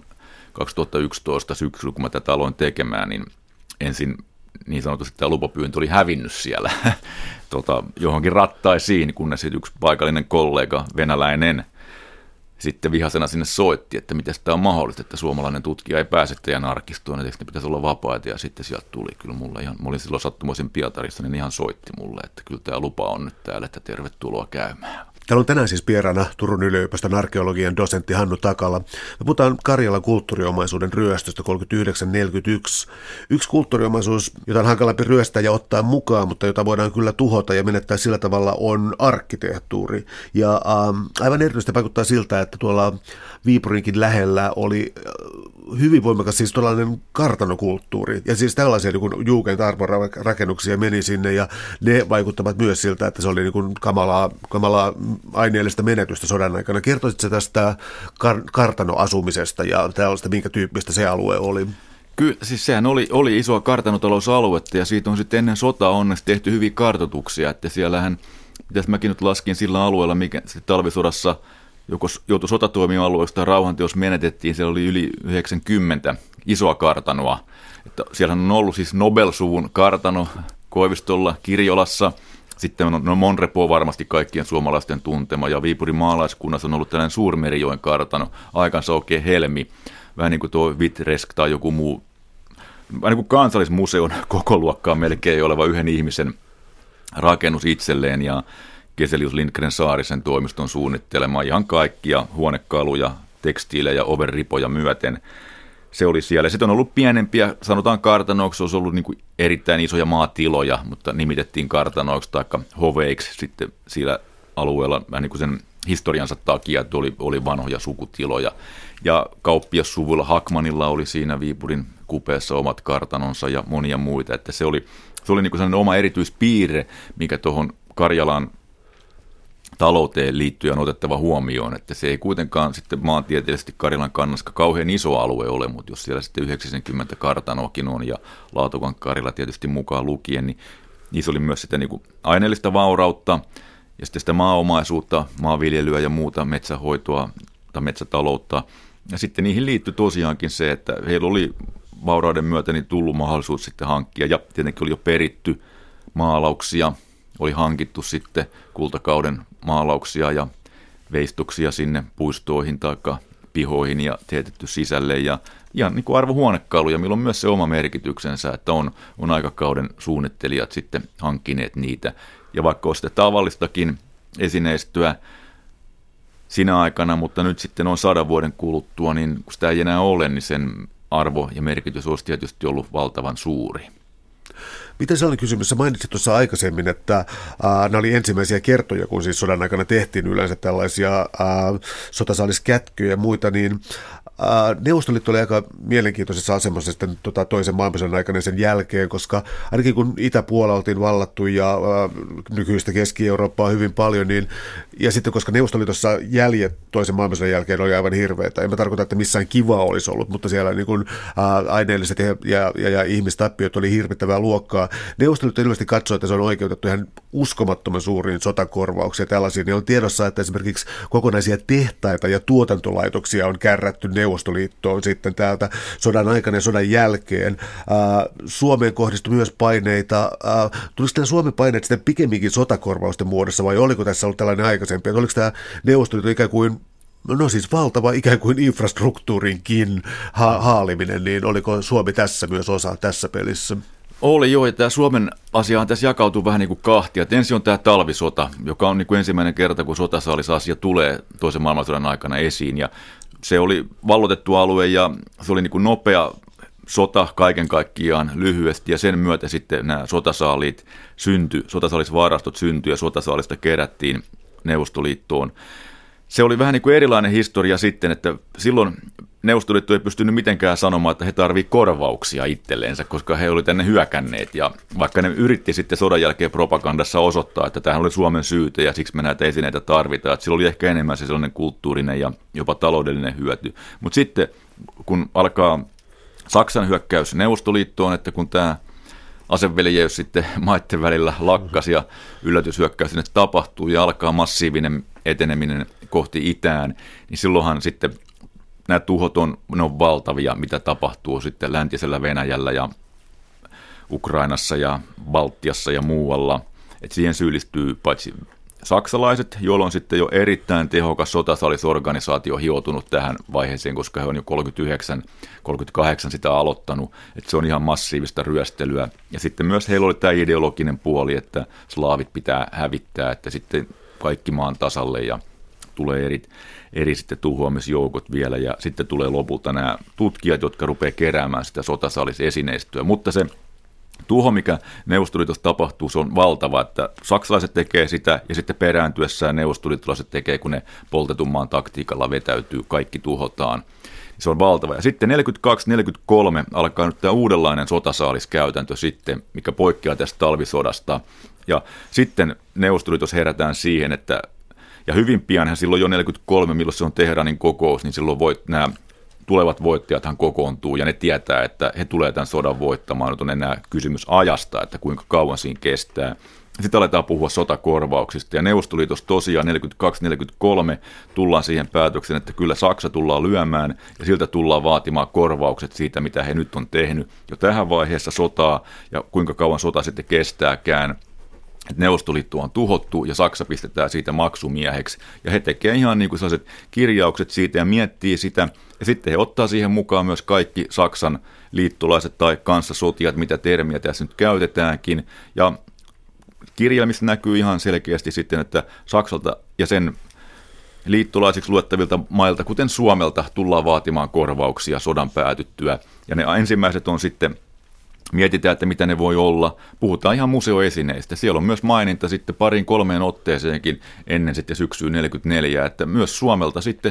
2011 syksyllä, kun mä tätä aloin tekemään, niin ensin niin sanotusti tämä lupapyyntö oli hävinnyt siellä johonkin rattaisiin, kunnes yksi paikallinen kollega, venäläinen, sitten vihasena sinne soitti, että miten tämä on mahdollista, että suomalainen tutkija ei pääse teidän arkistoon, että ne pitäisi olla vapaita, ja sitten sieltä tuli kyllä mulle ihan, mä olin silloin sattumoisin Pietarissa, niin ihan soitti mulle, että kyllä tämä lupa on nyt täällä, että tervetuloa käymään. Täällä on tänään siis vieraana Turun yliopiston arkeologian dosentti Hannu Takala. Me puhutaan Karjalan kulttuuriomaisuuden ryöstöstä 39-41. Yksi kulttuuriomaisuus, jota on hankalampi ryöstää ja ottaa mukaan, mutta jota voidaan kyllä tuhota ja menettää sillä tavalla, on arkkitehtuuri. Ja aivan erityisesti vaikuttaa siltä, että tuolla Viipurinkin lähellä oli hyvin voimakas siis tällainen kartanokulttuuri. Ja siis tällaisia niin kuin Jugendarvo-rakennuksia meni sinne ja ne vaikuttavat myös siltä, että se oli niin kuin kamalaa aineellista menetystä sodan aikana. Kertoisitko tästä kartanoasumisesta ja tällaista, minkä tyyppistä se alue oli? Kyllä, siis sehän oli isoa kartanotalousaluetta ja siitä on sitten ennen sotaa onneksi tehty hyviä kartoituksia, että siellähän, mitäs mäkin nyt laskin sillä alueella, mikä talvisodassa joko joutui sotatoimia-alueesta tai rauhanteos menetettiin, siellä oli yli 90 isoa kartanoa. Että siellähän on ollut siis Nobel-suvun kartano Koivistolla, Kirjolassa, sitten on Monrepo varmasti kaikkien suomalaisten tuntema, ja Viipurin maalaiskunnassa on ollut tällainen Suurmerijoen kartano, aikansa oikein helmi, vähän niin kuin tuo Vitresk tai joku muu, vähän niin kuin Kansallismuseon koko luokkaa melkein oleva yhden ihmisen rakennus itselleen, ja Geselius Lindgren Saarisen toimiston suunnittelema ihan kaikkia huonekaluja, tekstiilejä, ovenripoja myöten. Se oli siellä. Sitten on ollut pienempiä, sanotaan kartanoiksi, olisi ollut niin kuin erittäin isoja maatiloja, mutta nimitettiin kartanoiksi tai hoveiksi sitten sillä alueella vähän niin kuin sen historiansa takia, että oli vanhoja sukutiloja. Ja kauppiassuvulla Hakmanilla oli siinä Viipurin kupeessa omat kartanonsa ja monia muita, että se oli niin kuin sellainen oma erityispiirre, mikä tuohon Karjalan talouteen liittyen on otettava huomioon, että se ei kuitenkaan sitten maantieteellisesti Karjalan kannassa kauhean iso alue ole, mutta jos siellä sitten 90 kartanoakin on ja Laatokan Karjala tietysti mukaan lukien, niin niissä oli myös sitä niin kuin aineellista vaurautta ja sitten sitä maaomaisuutta, maanviljelyä ja muuta metsähoitoa tai metsätaloutta. Ja sitten niihin liittyi tosiaankin se, että heillä oli vaurauden myötä niin tullut mahdollisuus sitten hankkia ja tietenkin oli jo peritty maalauksia, oli hankittu sitten kultakauden maalauksia ja veistoksia sinne puistoihin tai pihoihin ja teetetty sisälle ja ihan niin kuin arvohuonekaluja, millä on myös se oma merkityksensä, että on aikakauden suunnittelijat sitten hankkineet niitä. Ja vaikka on sitten tavallistakin esineistöä sinä aikana, mutta nyt sitten on 100 vuoden kuluttua, niin kun sitä ei enää ole, niin sen arvo ja merkitys olisi tietysti ollut valtavan suuri. Miten sellainen kysymys? Sä mainitsit tuossa aikaisemmin, että nämä oli ensimmäisiä kertoja, kun siis sodan aikana tehtiin yleensä tällaisia sotasaaliskätkyjä ja muita, niin Neuvostoliitto oli aika mielenkiintoisessa asemassa sitten toisen maailmansodan aikana sen jälkeen, koska ainakin kun Itäpuolella oltiin vallattu ja nykyistä Keski-Eurooppaa hyvin paljon, niin, ja sitten koska Neuvostoliitossa jäljet toisen maailmansodan jälkeen oli aivan hirveitä, en mä tarkoita, että missään kivaa olisi ollut, mutta siellä niin kuin, aineelliset ja ihmistappiot oli hirvittävää luokkaa. Neuvostoliitto ilmeisesti katsoi, että se on oikeutettu ihan uskomattoman suuriin sotakorvauksiin ja tällaisiin, niin on tiedossa, että esimerkiksi kokonaisia tehtaita ja tuotantolaitoksia on kärrätty Neuvostoliittoon sitten täältä sodan aikana ja sodan jälkeen. Suomeen kohdistui myös paineita. Tuliko nämä Suomen paineet sitten pikemminkin sotakorvausten muodossa vai oliko tässä ollut tällainen aikaisempi? Että oliko tämä Neuvostoliitto ikään kuin, no siis valtava ikään kuin infrastruktuurinkin haaliminen, niin oliko Suomi tässä myös osa tässä pelissä? Oli joo, ja tämä Suomen asiahan tässä jakautuu vähän niin kuin kahtia. Et ensin on tämä talvisota, joka on niin kuin ensimmäinen kerta, kun sotasaalisasia tulee toisen maailmansodan aikana esiin. Ja se oli valloitettu alue ja se oli niin kuin nopea sota kaiken kaikkiaan lyhyesti. Ja sen myötä sitten nämä sotasaaliit syntyi, sotasaalisvarastot syntyi ja sotasaalista kerättiin Neuvostoliittoon. Se oli vähän niin kuin erilainen historia sitten, että silloin Neuvostoliitto ei pystynyt mitenkään sanomaan, että he tarvitsevat korvauksia itselleensä, koska he olivat tänne hyökänneet. Ja vaikka ne yritti sitten sodan jälkeen propagandassa osoittaa, että tämähän oli Suomen syytä ja siksi me näitä esineitä tarvitaan. Että sillä oli ehkä enemmän se sellainen kulttuurinen ja jopa taloudellinen hyöty. Mutta sitten kun alkaa Saksan hyökkäys Neuvostoliittoon, että kun tämä aseveljeys sitten maiden välillä lakkasi ja yllätyshyökkäys sinne tapahtuu ja alkaa massiivinen eteneminen kohti itään, niin silloinhan sitten nämä tuhot ne on valtavia, mitä tapahtuu sitten läntisellä Venäjällä ja Ukrainassa ja Baltiassa ja muualla. Et siihen syyllistyy paitsi saksalaiset, joilla on sitten jo erittäin tehokas sotasaalisorganisaatio hioutunut tähän vaiheeseen, koska he on jo 38 sitä aloittanut. Et se on ihan massiivista ryöstelyä. Ja sitten myös heillä oli tämä ideologinen puoli, että slaavit pitää hävittää, että sitten kaikki maan tasalle ja tulee eri sitten tuhoamisjoukot vielä ja sitten tulee lopulta nämä tutkijat, jotka rupeaa keräämään sitä sotasaalisesineistöä. Mutta se tuho, mikä Neuvostoliitossa tapahtuu, se on valtava, että saksalaiset tekee sitä ja sitten perääntyessään neuvostoliittolaiset tekee, kun ne poltetun maan taktiikalla vetäytyy, kaikki tuhotaan. Se on valtava. Ja sitten 42-43 alkaa nyt tämä uudenlainen sotasaaliskäytäntö sitten, mikä poikkeaa tästä talvisodasta. Ja sitten Neuvostoliitossa herätään siihen, että ja hyvin pianhan silloin jo 43, milloin se on Teheranin kokous, niin silloin nämä tulevat voittajathan kokoontuu ja ne tietää, että he tulee tämän sodan voittamaan. Nyt on enää kysymys ajasta, että kuinka kauan siinä kestää. Sitten aletaan puhua sotakorvauksista ja Neuvostoliitossa tosiaan 42-43 tullaan siihen päätökseen, että kyllä Saksa tullaan lyömään ja siltä tullaan vaatimaan korvaukset siitä, mitä he nyt on tehnyt jo tähän vaiheessa sotaa ja kuinka kauan sota sitten kestääkään. Että Neuvostoliitto on tuhottu ja Saksa pistetään siitä maksumieheksi. Ja he tekevät ihan niin kuin sellaiset kirjaukset siitä ja miettii sitä. Ja sitten he ottaa siihen mukaan myös kaikki Saksan liittolaiset tai kanssasotijat, mitä termiä tässä nyt käytetäänkin. Ja kirjelmissä näkyy ihan selkeästi sitten, että Saksalta ja sen liittolaisiksi luettavilta mailta, kuten Suomelta, tullaan vaatimaan korvauksia sodan päätyttyä. Ja ne ensimmäiset on sitten mietitään, että mitä ne voi olla. Puhutaan ihan museoesineistä. Siellä on myös maininta sitten 2-3 otteeseenkin ennen sitten syksyä 1944, että myös Suomelta sitten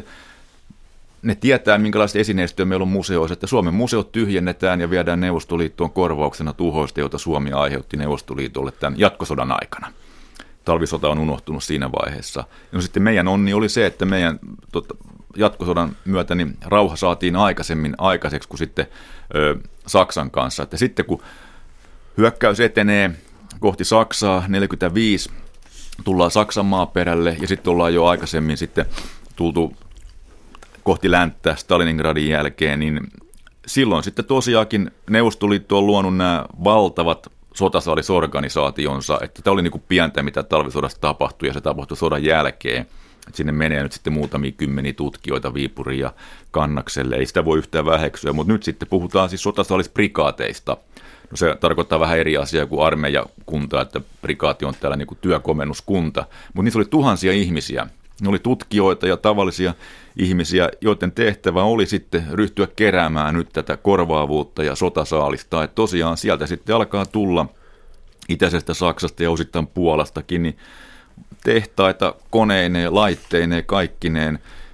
ne tietää, minkälaista esineistöä meillä on museoissa, että Suomen museot tyhjennetään ja viedään Neuvostoliittoon korvauksena tuhoista, joita Suomi aiheutti Neuvostoliitolle tämän jatkosodan aikana. Talvisota on unohtunut siinä vaiheessa. Ja sitten meidän onni oli se, että meidän jatkosodan myötä niin rauha saatiin aikaiseksi kuin sitten Saksan kanssa. Että sitten kun hyökkäys etenee kohti Saksaa, 1945 tullaan Saksan maaperälle ja sitten ollaan jo aikaisemmin sitten tultu kohti länttä Stalingradin jälkeen, niin silloin sitten tosiaankin Neuvostoliitto on luonut nämä valtavat sotasaalisorganisaationsa, että tämä oli niin kuin pientä, mitä talvisodassa tapahtui, ja se tapahtui sodan jälkeen. Että sinne menee nyt sitten muutamia kymmeniä tutkijoita Viipuriin ja Kannakselle, ei sitä voi yhtään väheksyä, mutta nyt sitten puhutaan siis sotasaalisprikaateista. No se tarkoittaa vähän eri asiaa kuin armeijakunta, että prikaati on täällä niin kuin työkomennuskunta, mutta niissä oli tuhansia ihmisiä. Ne oli tutkijoita ja tavallisia ihmisiä, joiden tehtävä oli sitten ryhtyä keräämään nyt tätä korvaavuutta ja sotasaalista. Että tosiaan sieltä sitten alkaa tulla itäisestä Saksasta ja osittain Puolastakin niin tehtaita koneineen, laitteineen, kaikkineen,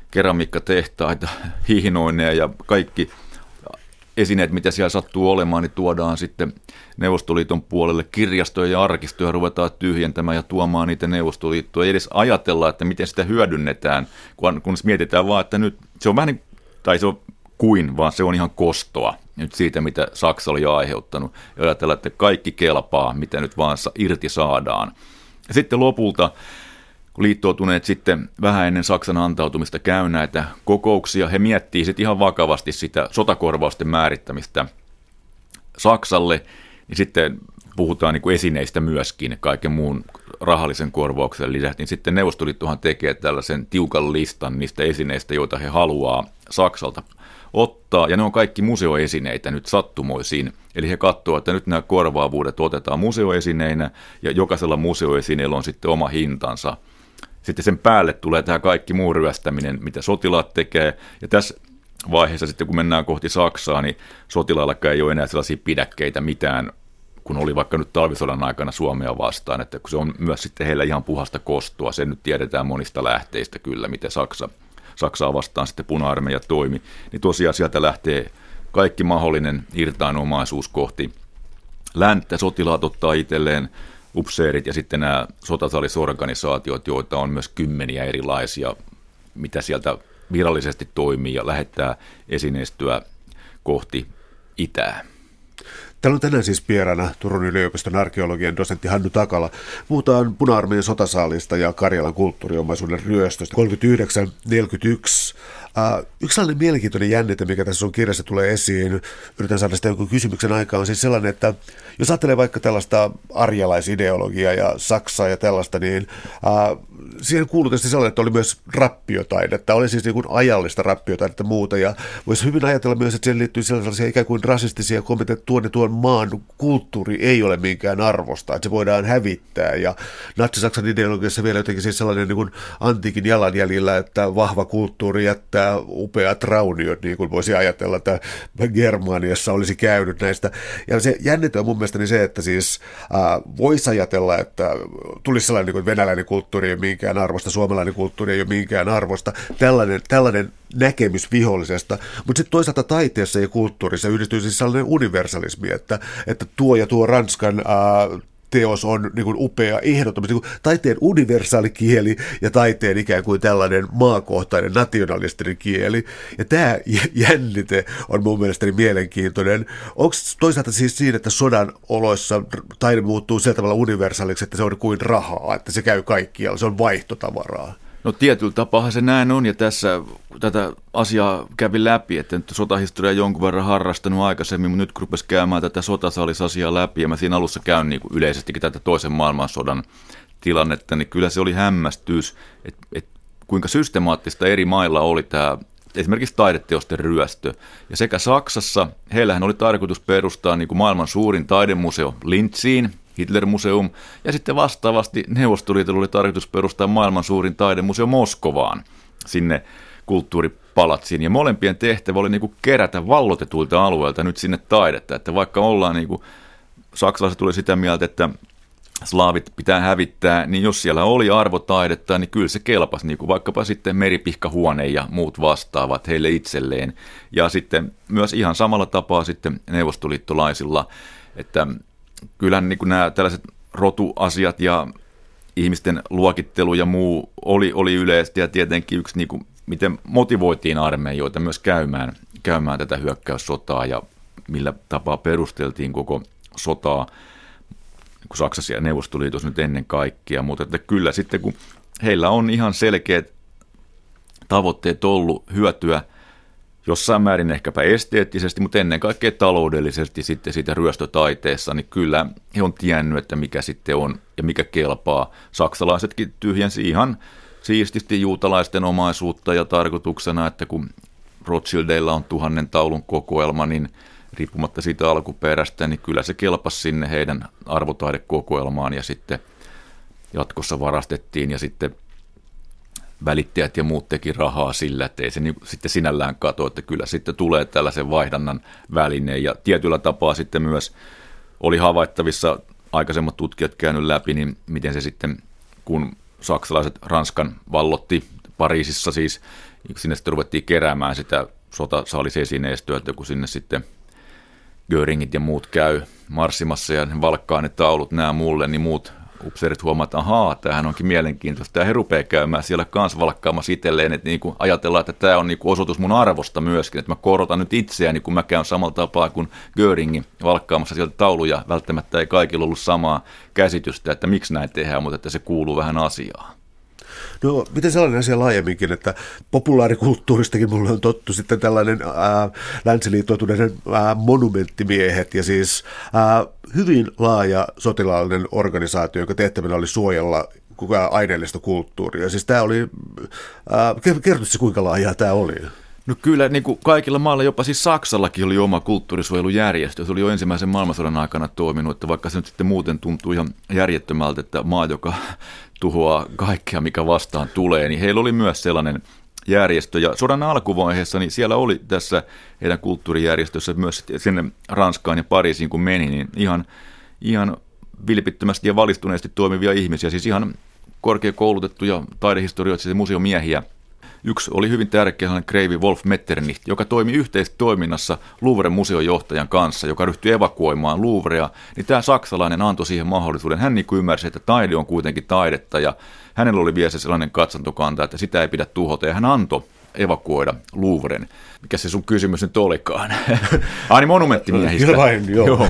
keramiikkatehtaita, hihnoineen ja kaikki esineet, mitä siellä sattuu olemaan, niin tuodaan sitten Neuvostoliiton puolelle kirjastoja ja arkistoja, ruvetaan tyhjentämään ja tuomaan niitä Neuvostoliittoa. Ei edes ajatella, että miten sitä hyödynnetään, kun mietitään vaan, että nyt se on vähän niin, tai se on vaan se on ihan kostoa nyt siitä, mitä Saksa oli aiheuttanut. Ja ajatellaan, että kaikki kelpaa, mitä nyt vaan irti saadaan. Ja sitten lopulta, kun liittoutuneet sitten vähän ennen Saksan antautumista käy näitä kokouksia, he miettii sitten ihan vakavasti sitä sotakorvausten määrittämistä Saksalle, niin sitten puhutaan niin kuin esineistä myöskin, kaiken muun rahallisen korvauksen lisäksi, niin sitten Neuvostoliittohan tekee tällaisen tiukan listan niistä esineistä, joita he haluaa Saksalta ottaa, ja ne on kaikki museoesineitä nyt sattumoisiin. Eli he katsoo, että nyt nämä korvaavuudet otetaan museoesineinä, ja jokaisella museoesineellä on sitten oma hintansa. Sitten sen päälle tulee tämä kaikki muu ryöstäminen, mitä sotilaat tekee, ja tässä vaiheessa sitten, kun mennään kohti Saksaa, niin sotilaillakaan ei ole enää sellaisia pidäkkeitä mitään, kun oli vaikka nyt talvisodan aikana Suomea vastaan, että kun se on myös sitten heillä ihan puhasta kostoa, sen nyt tiedetään monista lähteistä kyllä, miten Saksaa vastaan sitten puna-armeija toimi, niin tosiaan sieltä lähtee kaikki mahdollinen irtainomaisuus kohti länttä, sotilaat ottaa itselleen upseerit ja sitten nämä sotasalisorganisaatiot, joita on myös kymmeniä erilaisia, mitä sieltä virallisesti toimii ja lähettää esineistöä kohti itää. Täällä on tänään siis vieraana Turun yliopiston arkeologian dosentti Hannu Takala. Puhutaan puna-armeijan sotasaalista ja Karjalan kulttuuriomaisuuden ryöstöstä 39-41. Yksi sellainen mielenkiintoinen jännite, mikä tässä sun kirjassa tulee esiin, yritän saada sitä jonkun kysymyksen aikaan, on siis sellainen, että jos ajattelee vaikka tällaista arjalaisideologiaa ja Saksaa ja tällaista, niin siihen kuuluu tietysti sellainen, että oli myös rappiotaidetta, oli siis niin kuin ajallista rappiotaidetta muuta, ja voisi hyvin ajatella myös, että siihen liittyy sellaisia ikään kuin rasistisia kommentteja, että tuon maan kulttuuri ei ole minkään arvosta, että se voidaan hävittää, ja natsi-Saksan ideologiassa vielä jotenkin siis sellainen niin kuin antiikin jalanjäljillä, että vahva kulttuuri jättää upeat rauniot, niin kuin voisi ajatella, että Germaniassa olisi käynyt näistä. Ja se jännite on mun mielestäni se, että siis voisi ajatella, että tulisi sellainen niin kuin venäläinen kulttuuri ei ole minkään arvosta, suomalainen kulttuuri ei ole minkään arvosta, tällainen näkemys vihollisesta, mutta sitten toisaalta taiteessa ja kulttuurissa yhdistyy siis sellainen universalismi, että tuo ja tuo Ranskan teos on niin kuin upea ehdottomasti niin kuin taiteen universaali kieli ja taiteen ikään kuin tällainen maakohtainen nationalistinen kieli. Ja tämä jännite on mun mielestäni mielenkiintoinen. Onko toisaalta siis siinä, että sodan oloissa taide muuttuu sillä tavalla universaaliksi, että se on kuin rahaa, että se käy kaikkialla, se on vaihtotavaraa? No tietyllä tapaa se näin on, ja tässä tätä asiaa kävi läpi, että nyt sotahistoriaa jonkun verran harrastanut aikaisemmin, mutta nyt kun rupesi käymään tätä sotasalisasiaa läpi, ja mä siinä alussa käyn niin kuin yleisestikin tätä toisen maailmansodan tilannetta, niin kyllä se oli hämmästys, että kuinka systemaattista eri mailla oli tämä esimerkiksi taideteosten ryöstö. Ja sekä Saksassa, heillähän oli tarkoitus perustaa niin kuin maailman suurin taidemuseo Linziin, Hitler-museum, ja sitten vastaavasti Neuvostoliitolla oli tarkoitus perustaa maailman suurin taidemuseo Moskovaan, sinne kulttuuripalatsiin, ja molempien tehtävä oli niin kuin kerätä vallotetuilta alueilta nyt sinne taidetta, että vaikka ollaan, niin kuin saksalaiset tuli sitä mieltä, että slaavit pitää hävittää, niin jos siellä oli arvotaidetta, niin kyllä se kelpasi, niin kuin vaikkapa sitten meripihkahuone ja muut vastaavat heille itselleen, ja sitten myös ihan samalla tapaa sitten neuvostoliittolaisilla, että kyllähän niin kuin nämä tällaiset rotuasiat ja ihmisten luokittelu ja muu oli yleistä, ja tietenkin yksi, niin kuin, miten motivoitiin armeijoita myös käymään tätä hyökkäyssotaa ja millä tapaa perusteltiin koko sotaa, kun Saksassa ja Neuvostoliitossa nyt ennen kaikkea, mutta että kyllä sitten kun heillä on ihan selkeät tavoitteet ollut hyötyä jossain määrin ehkäpä esteettisesti, mutta ennen kaikkea taloudellisesti sitten siitä ryöstötaiteessa, niin kyllä he on tiennyt, että mikä sitten on ja mikä kelpaa. Saksalaisetkin tyhjensi ihan siististi juutalaisten omaisuutta ja tarkoituksena, että kun Rothschildeilla on 1000 taulun kokoelma, niin riippumatta siitä alkuperästä, niin kyllä se kelpasi sinne heidän arvotaidekokoelmaan ja sitten jatkossa varastettiin ja sitten välittäjät ja muut teki rahaa sillä, että ei se sitten sinällään kato, että kyllä sitten tulee tällaisen vaihdannan väline ja tietyllä tapaa sitten myös oli havaittavissa aikaisemmat tutkijat käynyt läpi, niin miten se sitten, kun saksalaiset Ranskan vallotti Pariisissa siis, sinne sitten ruvettiin keräämään sitä sotasaalisesineistöä, että kun sinne sitten Göringit ja muut käy marssimassa ja valkkaa ne taulut nämä mulle, niin muut upseerit huomaa, että ahaa, tämähän onkin mielenkiintoista. Ja he rupeaa käymään siellä kanssa valkkaamassa itselleen, että niin kuin ajatellaan, että tämä on niin kuin osoitus mun arvosta myöskin, että mä korotan nyt itseäni, kun mä käyn samalla tapaa kuin Göringin valkkaamassa sieltä tauluja. Välttämättä ei kaikilla ollut samaa käsitystä, että miksi näin tehdään, mutta että se kuuluu vähän asiaan. No, miten sellainen asia laajemminkin, että populaarikulttuuristakin mulle on tottu sitten tällainen länsiliittoutuneiden monumenttimiehet ja siis hyvin laaja sotilaallinen organisaatio, jonka tehtävänä oli suojella aineellista kulttuuria. Siis tämä oli, kertoisi kuinka laajaa tämä oli? No kyllä, niin kuin kaikilla mailla, jopa siis Saksallakin oli oma kulttuurisuojelujärjestö. Se oli jo ensimmäisen maailmansodan aikana toiminut, että vaikka se nyt sitten muuten tuntuu ihan järjettömältä, että maa, joka tuhoaa kaikkea, mikä vastaan tulee, niin heillä oli myös sellainen järjestö. Ja sodan alkuvaiheessa, niin siellä oli tässä heidän kulttuurijärjestössä myös sinne Ranskaan ja Pariisiin, kun meni, niin ihan vilpittömästi ja valistuneesti toimivia ihmisiä, siis ihan korkeakoulutettuja taidehistorioitsija ja museomiehiä. Yksi oli hyvin tärkeä kreivi Wolf Metternich, joka toimi yhteistoiminnassa Louvren museojohtajan kanssa, joka ryhtyi evakuoimaan Louvrea, niin tämä saksalainen antoi siihen mahdollisuuden. Hän niin kuin ymmärsi, että taide on kuitenkin taidetta ja hänellä oli vielä se sellainen katsantokanta, että sitä ei pidä tuhota ja hän antoi evakuoida Louvren. Mikä se sun kysymys nyt olikaan? Niin monumenttimiehistä. Vain, joo.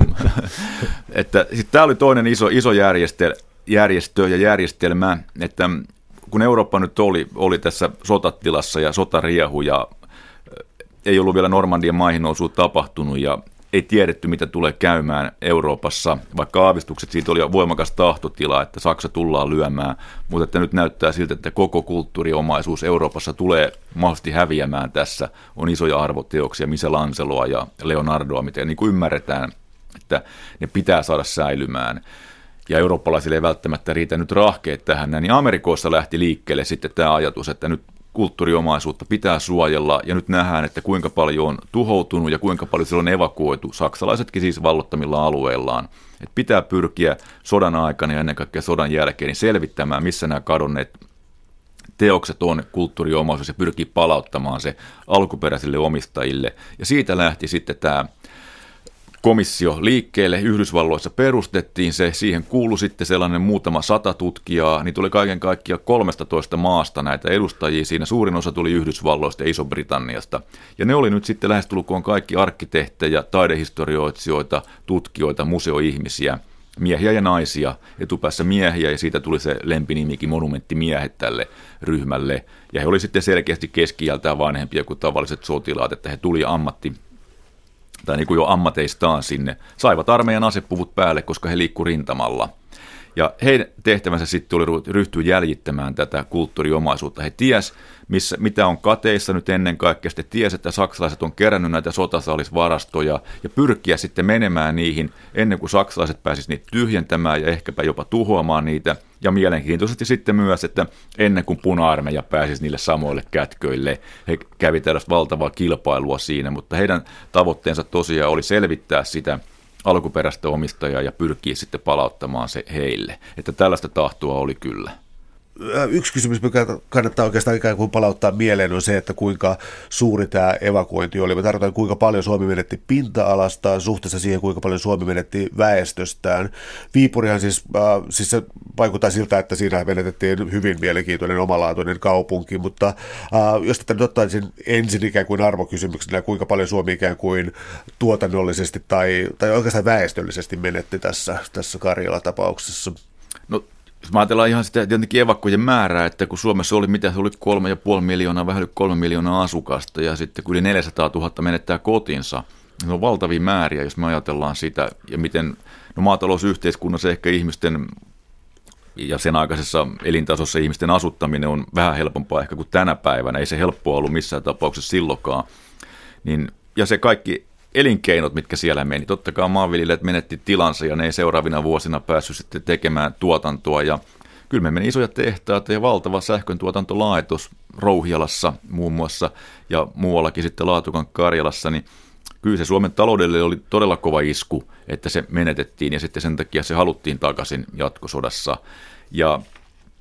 Että tämä oli toinen iso järjestö ja järjestelmä, että kun Eurooppa nyt oli tässä sotatilassa ja sotariehu ja ei ollut vielä Normandian maihin nousua tapahtunut ja ei tiedetty, mitä tulee käymään Euroopassa, vaikka aavistukset siitä oli voimakas tahtotila, että Saksa tullaan lyömään, mutta että nyt näyttää siltä, että koko kulttuuriomaisuus Euroopassa tulee mahdollisesti häviämään tässä. On isoja arvoteoksia, Michelangeloa ja Leonardoa, miten niin kuin ymmärretään, että ne pitää saada säilymään. Ja eurooppalaisille ei välttämättä riitä nyt rahkeet tähän, niin Amerikoissa lähti liikkeelle sitten tämä ajatus, että nyt kulttuuriomaisuutta pitää suojella, ja nyt nähdään, että kuinka paljon on tuhoutunut ja kuinka paljon siellä on evakuoitu, saksalaisetkin siis vallottamilla alueillaan. Että pitää pyrkiä sodan aikana ja ennen kaikkea sodan jälkeen niin selvittämään, missä nämä kadonneet teokset on kulttuuriomaisuus ja pyrkii palauttamaan se alkuperäisille omistajille. Ja siitä lähti sitten tämä komissio liikkeelle, Yhdysvalloissa perustettiin se, siihen kuului sitten sellainen muutama 100 tutkijaa, niin tuli kaiken kaikkiaan 13 maasta näitä edustajia, siinä suurin osa tuli Yhdysvalloista ja Iso-Britanniasta, ja ne oli nyt sitten lähestulkoon kaikki arkkitehtejä, taidehistorioitsijoita, tutkijoita, museoihmisiä, miehiä ja naisia, etupäässä miehiä, ja siitä tuli se lempinimikin monumenttimiehet tälle ryhmälle, ja he oli sitten selkeästi keski-iältään vanhempia kuin tavalliset sotilaat, että he tuli tai niin kuin jo ammateistaan sinne, saivat armeijan asepuvut päälle, koska he liikkuivat rintamalla. Ja heidän tehtävänsä sitten oli ryhtyä jäljittämään tätä kulttuuriomaisuutta. He ties, mitä on kateissa nyt ennen kaikkea. Sitten ties, että saksalaiset on kerännyt näitä sotasaalisvarastoja ja pyrkiä sitten menemään niihin ennen kuin saksalaiset pääsisivät niitä tyhjentämään ja ehkäpä jopa tuhoamaan niitä. Ja mielenkiintoisesti sitten myös, että ennen kuin puna-armeija pääsisi niille samoille kätköille, he kävi tällaista valtavaa kilpailua siinä, mutta heidän tavoitteensa tosiaan oli selvittää sitä alkuperäistä omistajaa ja pyrkii sitten palauttamaan se heille. Että tällaista tahtoa oli kyllä. Yksi kysymys, mikä kannattaa oikeastaan ikään kuin palauttaa mieleen, on se, että kuinka suuri tämä evakuointi oli. Mä tarkoitan, kuinka paljon Suomi menetti pinta-alastaan suhteessa siihen, kuinka paljon Suomi menetti väestöstään. Viipurihan siis se vaikuttaa siltä, että siinä menetettiin hyvin mielenkiintoinen omalaatuinen kaupunki, mutta jos tätä nyt ottaisin ensin ikään kuin arvokysymyksenä, kuinka paljon Suomi ikään kuin tuotannollisesti tai oikeastaan väestöllisesti menetti tässä Karjala-tapauksessa? No, jos mä ajatellaan ihan sitä jotenkin evakkojen määrää, että kun Suomessa oli 3,5 miljoonaa, vähän yli 3 miljoonaa asukasta ja sitten kun yli 400 000 menettää kotinsa, niin on valtavia määriä, jos me ajatellaan sitä ja miten maatalousyhteiskunnassa ehkä ihmisten ja sen aikaisessa elintasossa ihmisten asuttaminen on vähän helpompaa ehkä kuin tänä päivänä, ei se helppoa ollut missään tapauksessa silloinkaan, niin, ja se kaikki elinkeinot, mitkä siellä meni. Totta kai maanviljelijät menetti tilansa ja ne ei seuraavina vuosina päässyt sitten tekemään tuotantoa. Ja kyllä me meni isoja tehtaita ja valtava sähköntuotantolaitos Rouhialassa muun muassa ja muuallakin sitten Laatukan Karjalassa. Niin kyllä se Suomen taloudelle oli todella kova isku, että se menetettiin ja sitten sen takia se haluttiin takaisin jatkosodassa. Ja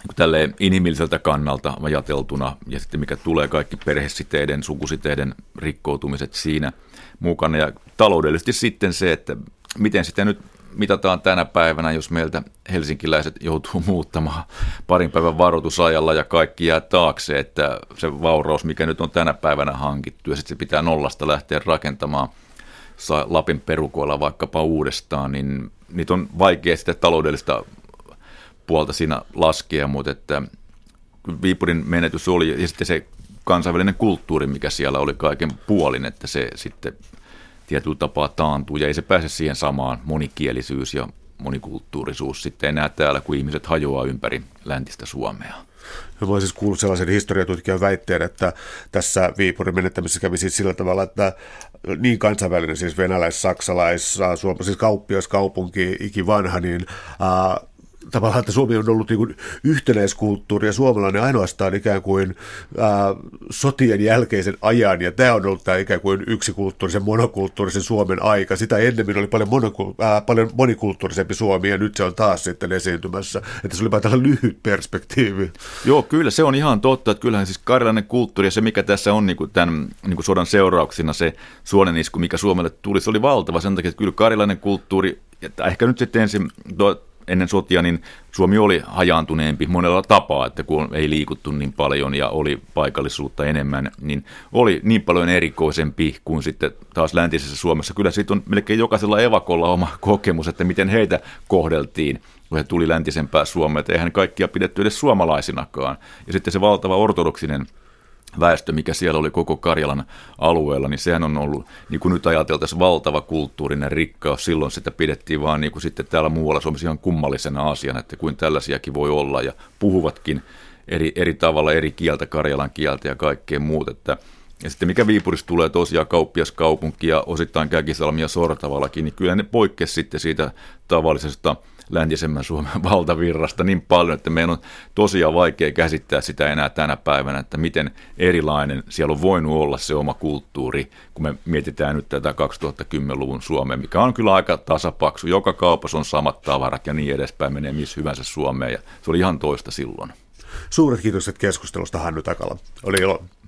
tälleen inhimilliseltä kannalta ajateltuna, ja sitten mikä tulee kaikki perhesiteiden, sukusiteiden rikkoutumiset siinä mukana, ja taloudellisesti sitten se, että miten sitä nyt mitataan tänä päivänä, jos meiltä helsinkiläiset joutuu muuttamaan parin päivän varoitusajalla ja kaikki jää taakse, että se vauraus, mikä nyt on tänä päivänä hankittu, ja sitten se pitää nollasta lähteä rakentamaan Lapin perukoilla vaikkapa uudestaan, niin niitä on vaikea sitä taloudellista puolta siinä laskea, mutta että Viipurin menetys oli, ja sitten se kansainvälinen kulttuuri, mikä siellä oli kaiken puolin, että se sitten tietyllä tapaa taantuu, ja ei se pääse siihen samaan monikielisyys ja monikulttuurisuus sitten enää täällä, kun ihmiset hajoaa ympäri läntistä Suomea. Mä olen siis kuullut sellaisen historiatutkijan väitteen, että tässä Viipurin menettämisessä kävi siis sillä tavalla, että niin kansainvälinen, siis venäläis-saksalais, siis kauppiaskaupunki, ikivanha, niin tavallaan, että Suomi on ollut niin kuin yhtenäiskulttuuri ja suomalainen ainoastaan ikään kuin sotien jälkeisen ajan, ja tämä on ollut tämä ikään kuin yksikulttuurisen, monokulttuurisen Suomen aika. Sitä ennemmin oli paljon monikulttuurisempi Suomi, ja nyt se on taas sitten esiintymässä, että se oli vain tällainen lyhyt perspektiivi. Joo, kyllä se on ihan totta, että kyllähän siis karjalainen kulttuuri ja se, mikä tässä on niin kuin tämän niin kuin sodan seurauksena, se suonenisku, mikä Suomelle tuli, se oli valtava sen takia, että kyllä karjalainen kulttuuri, että ehkä nyt sitten ennen sotia, niin Suomi oli hajaantuneempi monella tapaa, että kun ei liikuttu niin paljon ja oli paikallisuutta enemmän, niin oli niin paljon erikoisempi kuin sitten taas läntisessä Suomessa. Kyllä siitä on melkein jokaisella evakolla oma kokemus, että miten heitä kohdeltiin, kun he tuli läntisempää Suomea, että eihän kaikkia pidetty edes suomalaisinakaan. Ja sitten se valtava ortodoksinen väestö, mikä siellä oli koko Karjalan alueella, niin sehän on ollut, niin kuin nyt ajateltaisiin, valtava kulttuurinen rikkaus. Silloin sitä pidettiin vaan niin kuin sitten täällä muualla Suomessa ihan kummallisena asiana, että kuin tällaisiakin voi olla, ja puhuvatkin eri tavalla eri kieltä, Karjalan kieltä ja kaikkea muuta. Ja sitten mikä Viipurista tulee tosiaan kauppiaskaupunki ja osittain Käkisalmi ja Sortavallakin, niin kyllä ne poikkesi sitten siitä tavallisesta läntisemmän Suomen valtavirrasta niin paljon, että meidän on tosiaan vaikea käsittää sitä enää tänä päivänä, että miten erilainen siellä on voinut olla se oma kulttuuri, kun me mietitään nyt tätä 2010-luvun Suomea, mikä on kyllä aika tasapaksu. Joka kaupassa on samat tavarat ja niin edespäin, menee missä hyvänsä Suomeen, ja se oli ihan toista silloin. Suuret kiitokset keskustelusta, Hannu Takala. Oli ilo.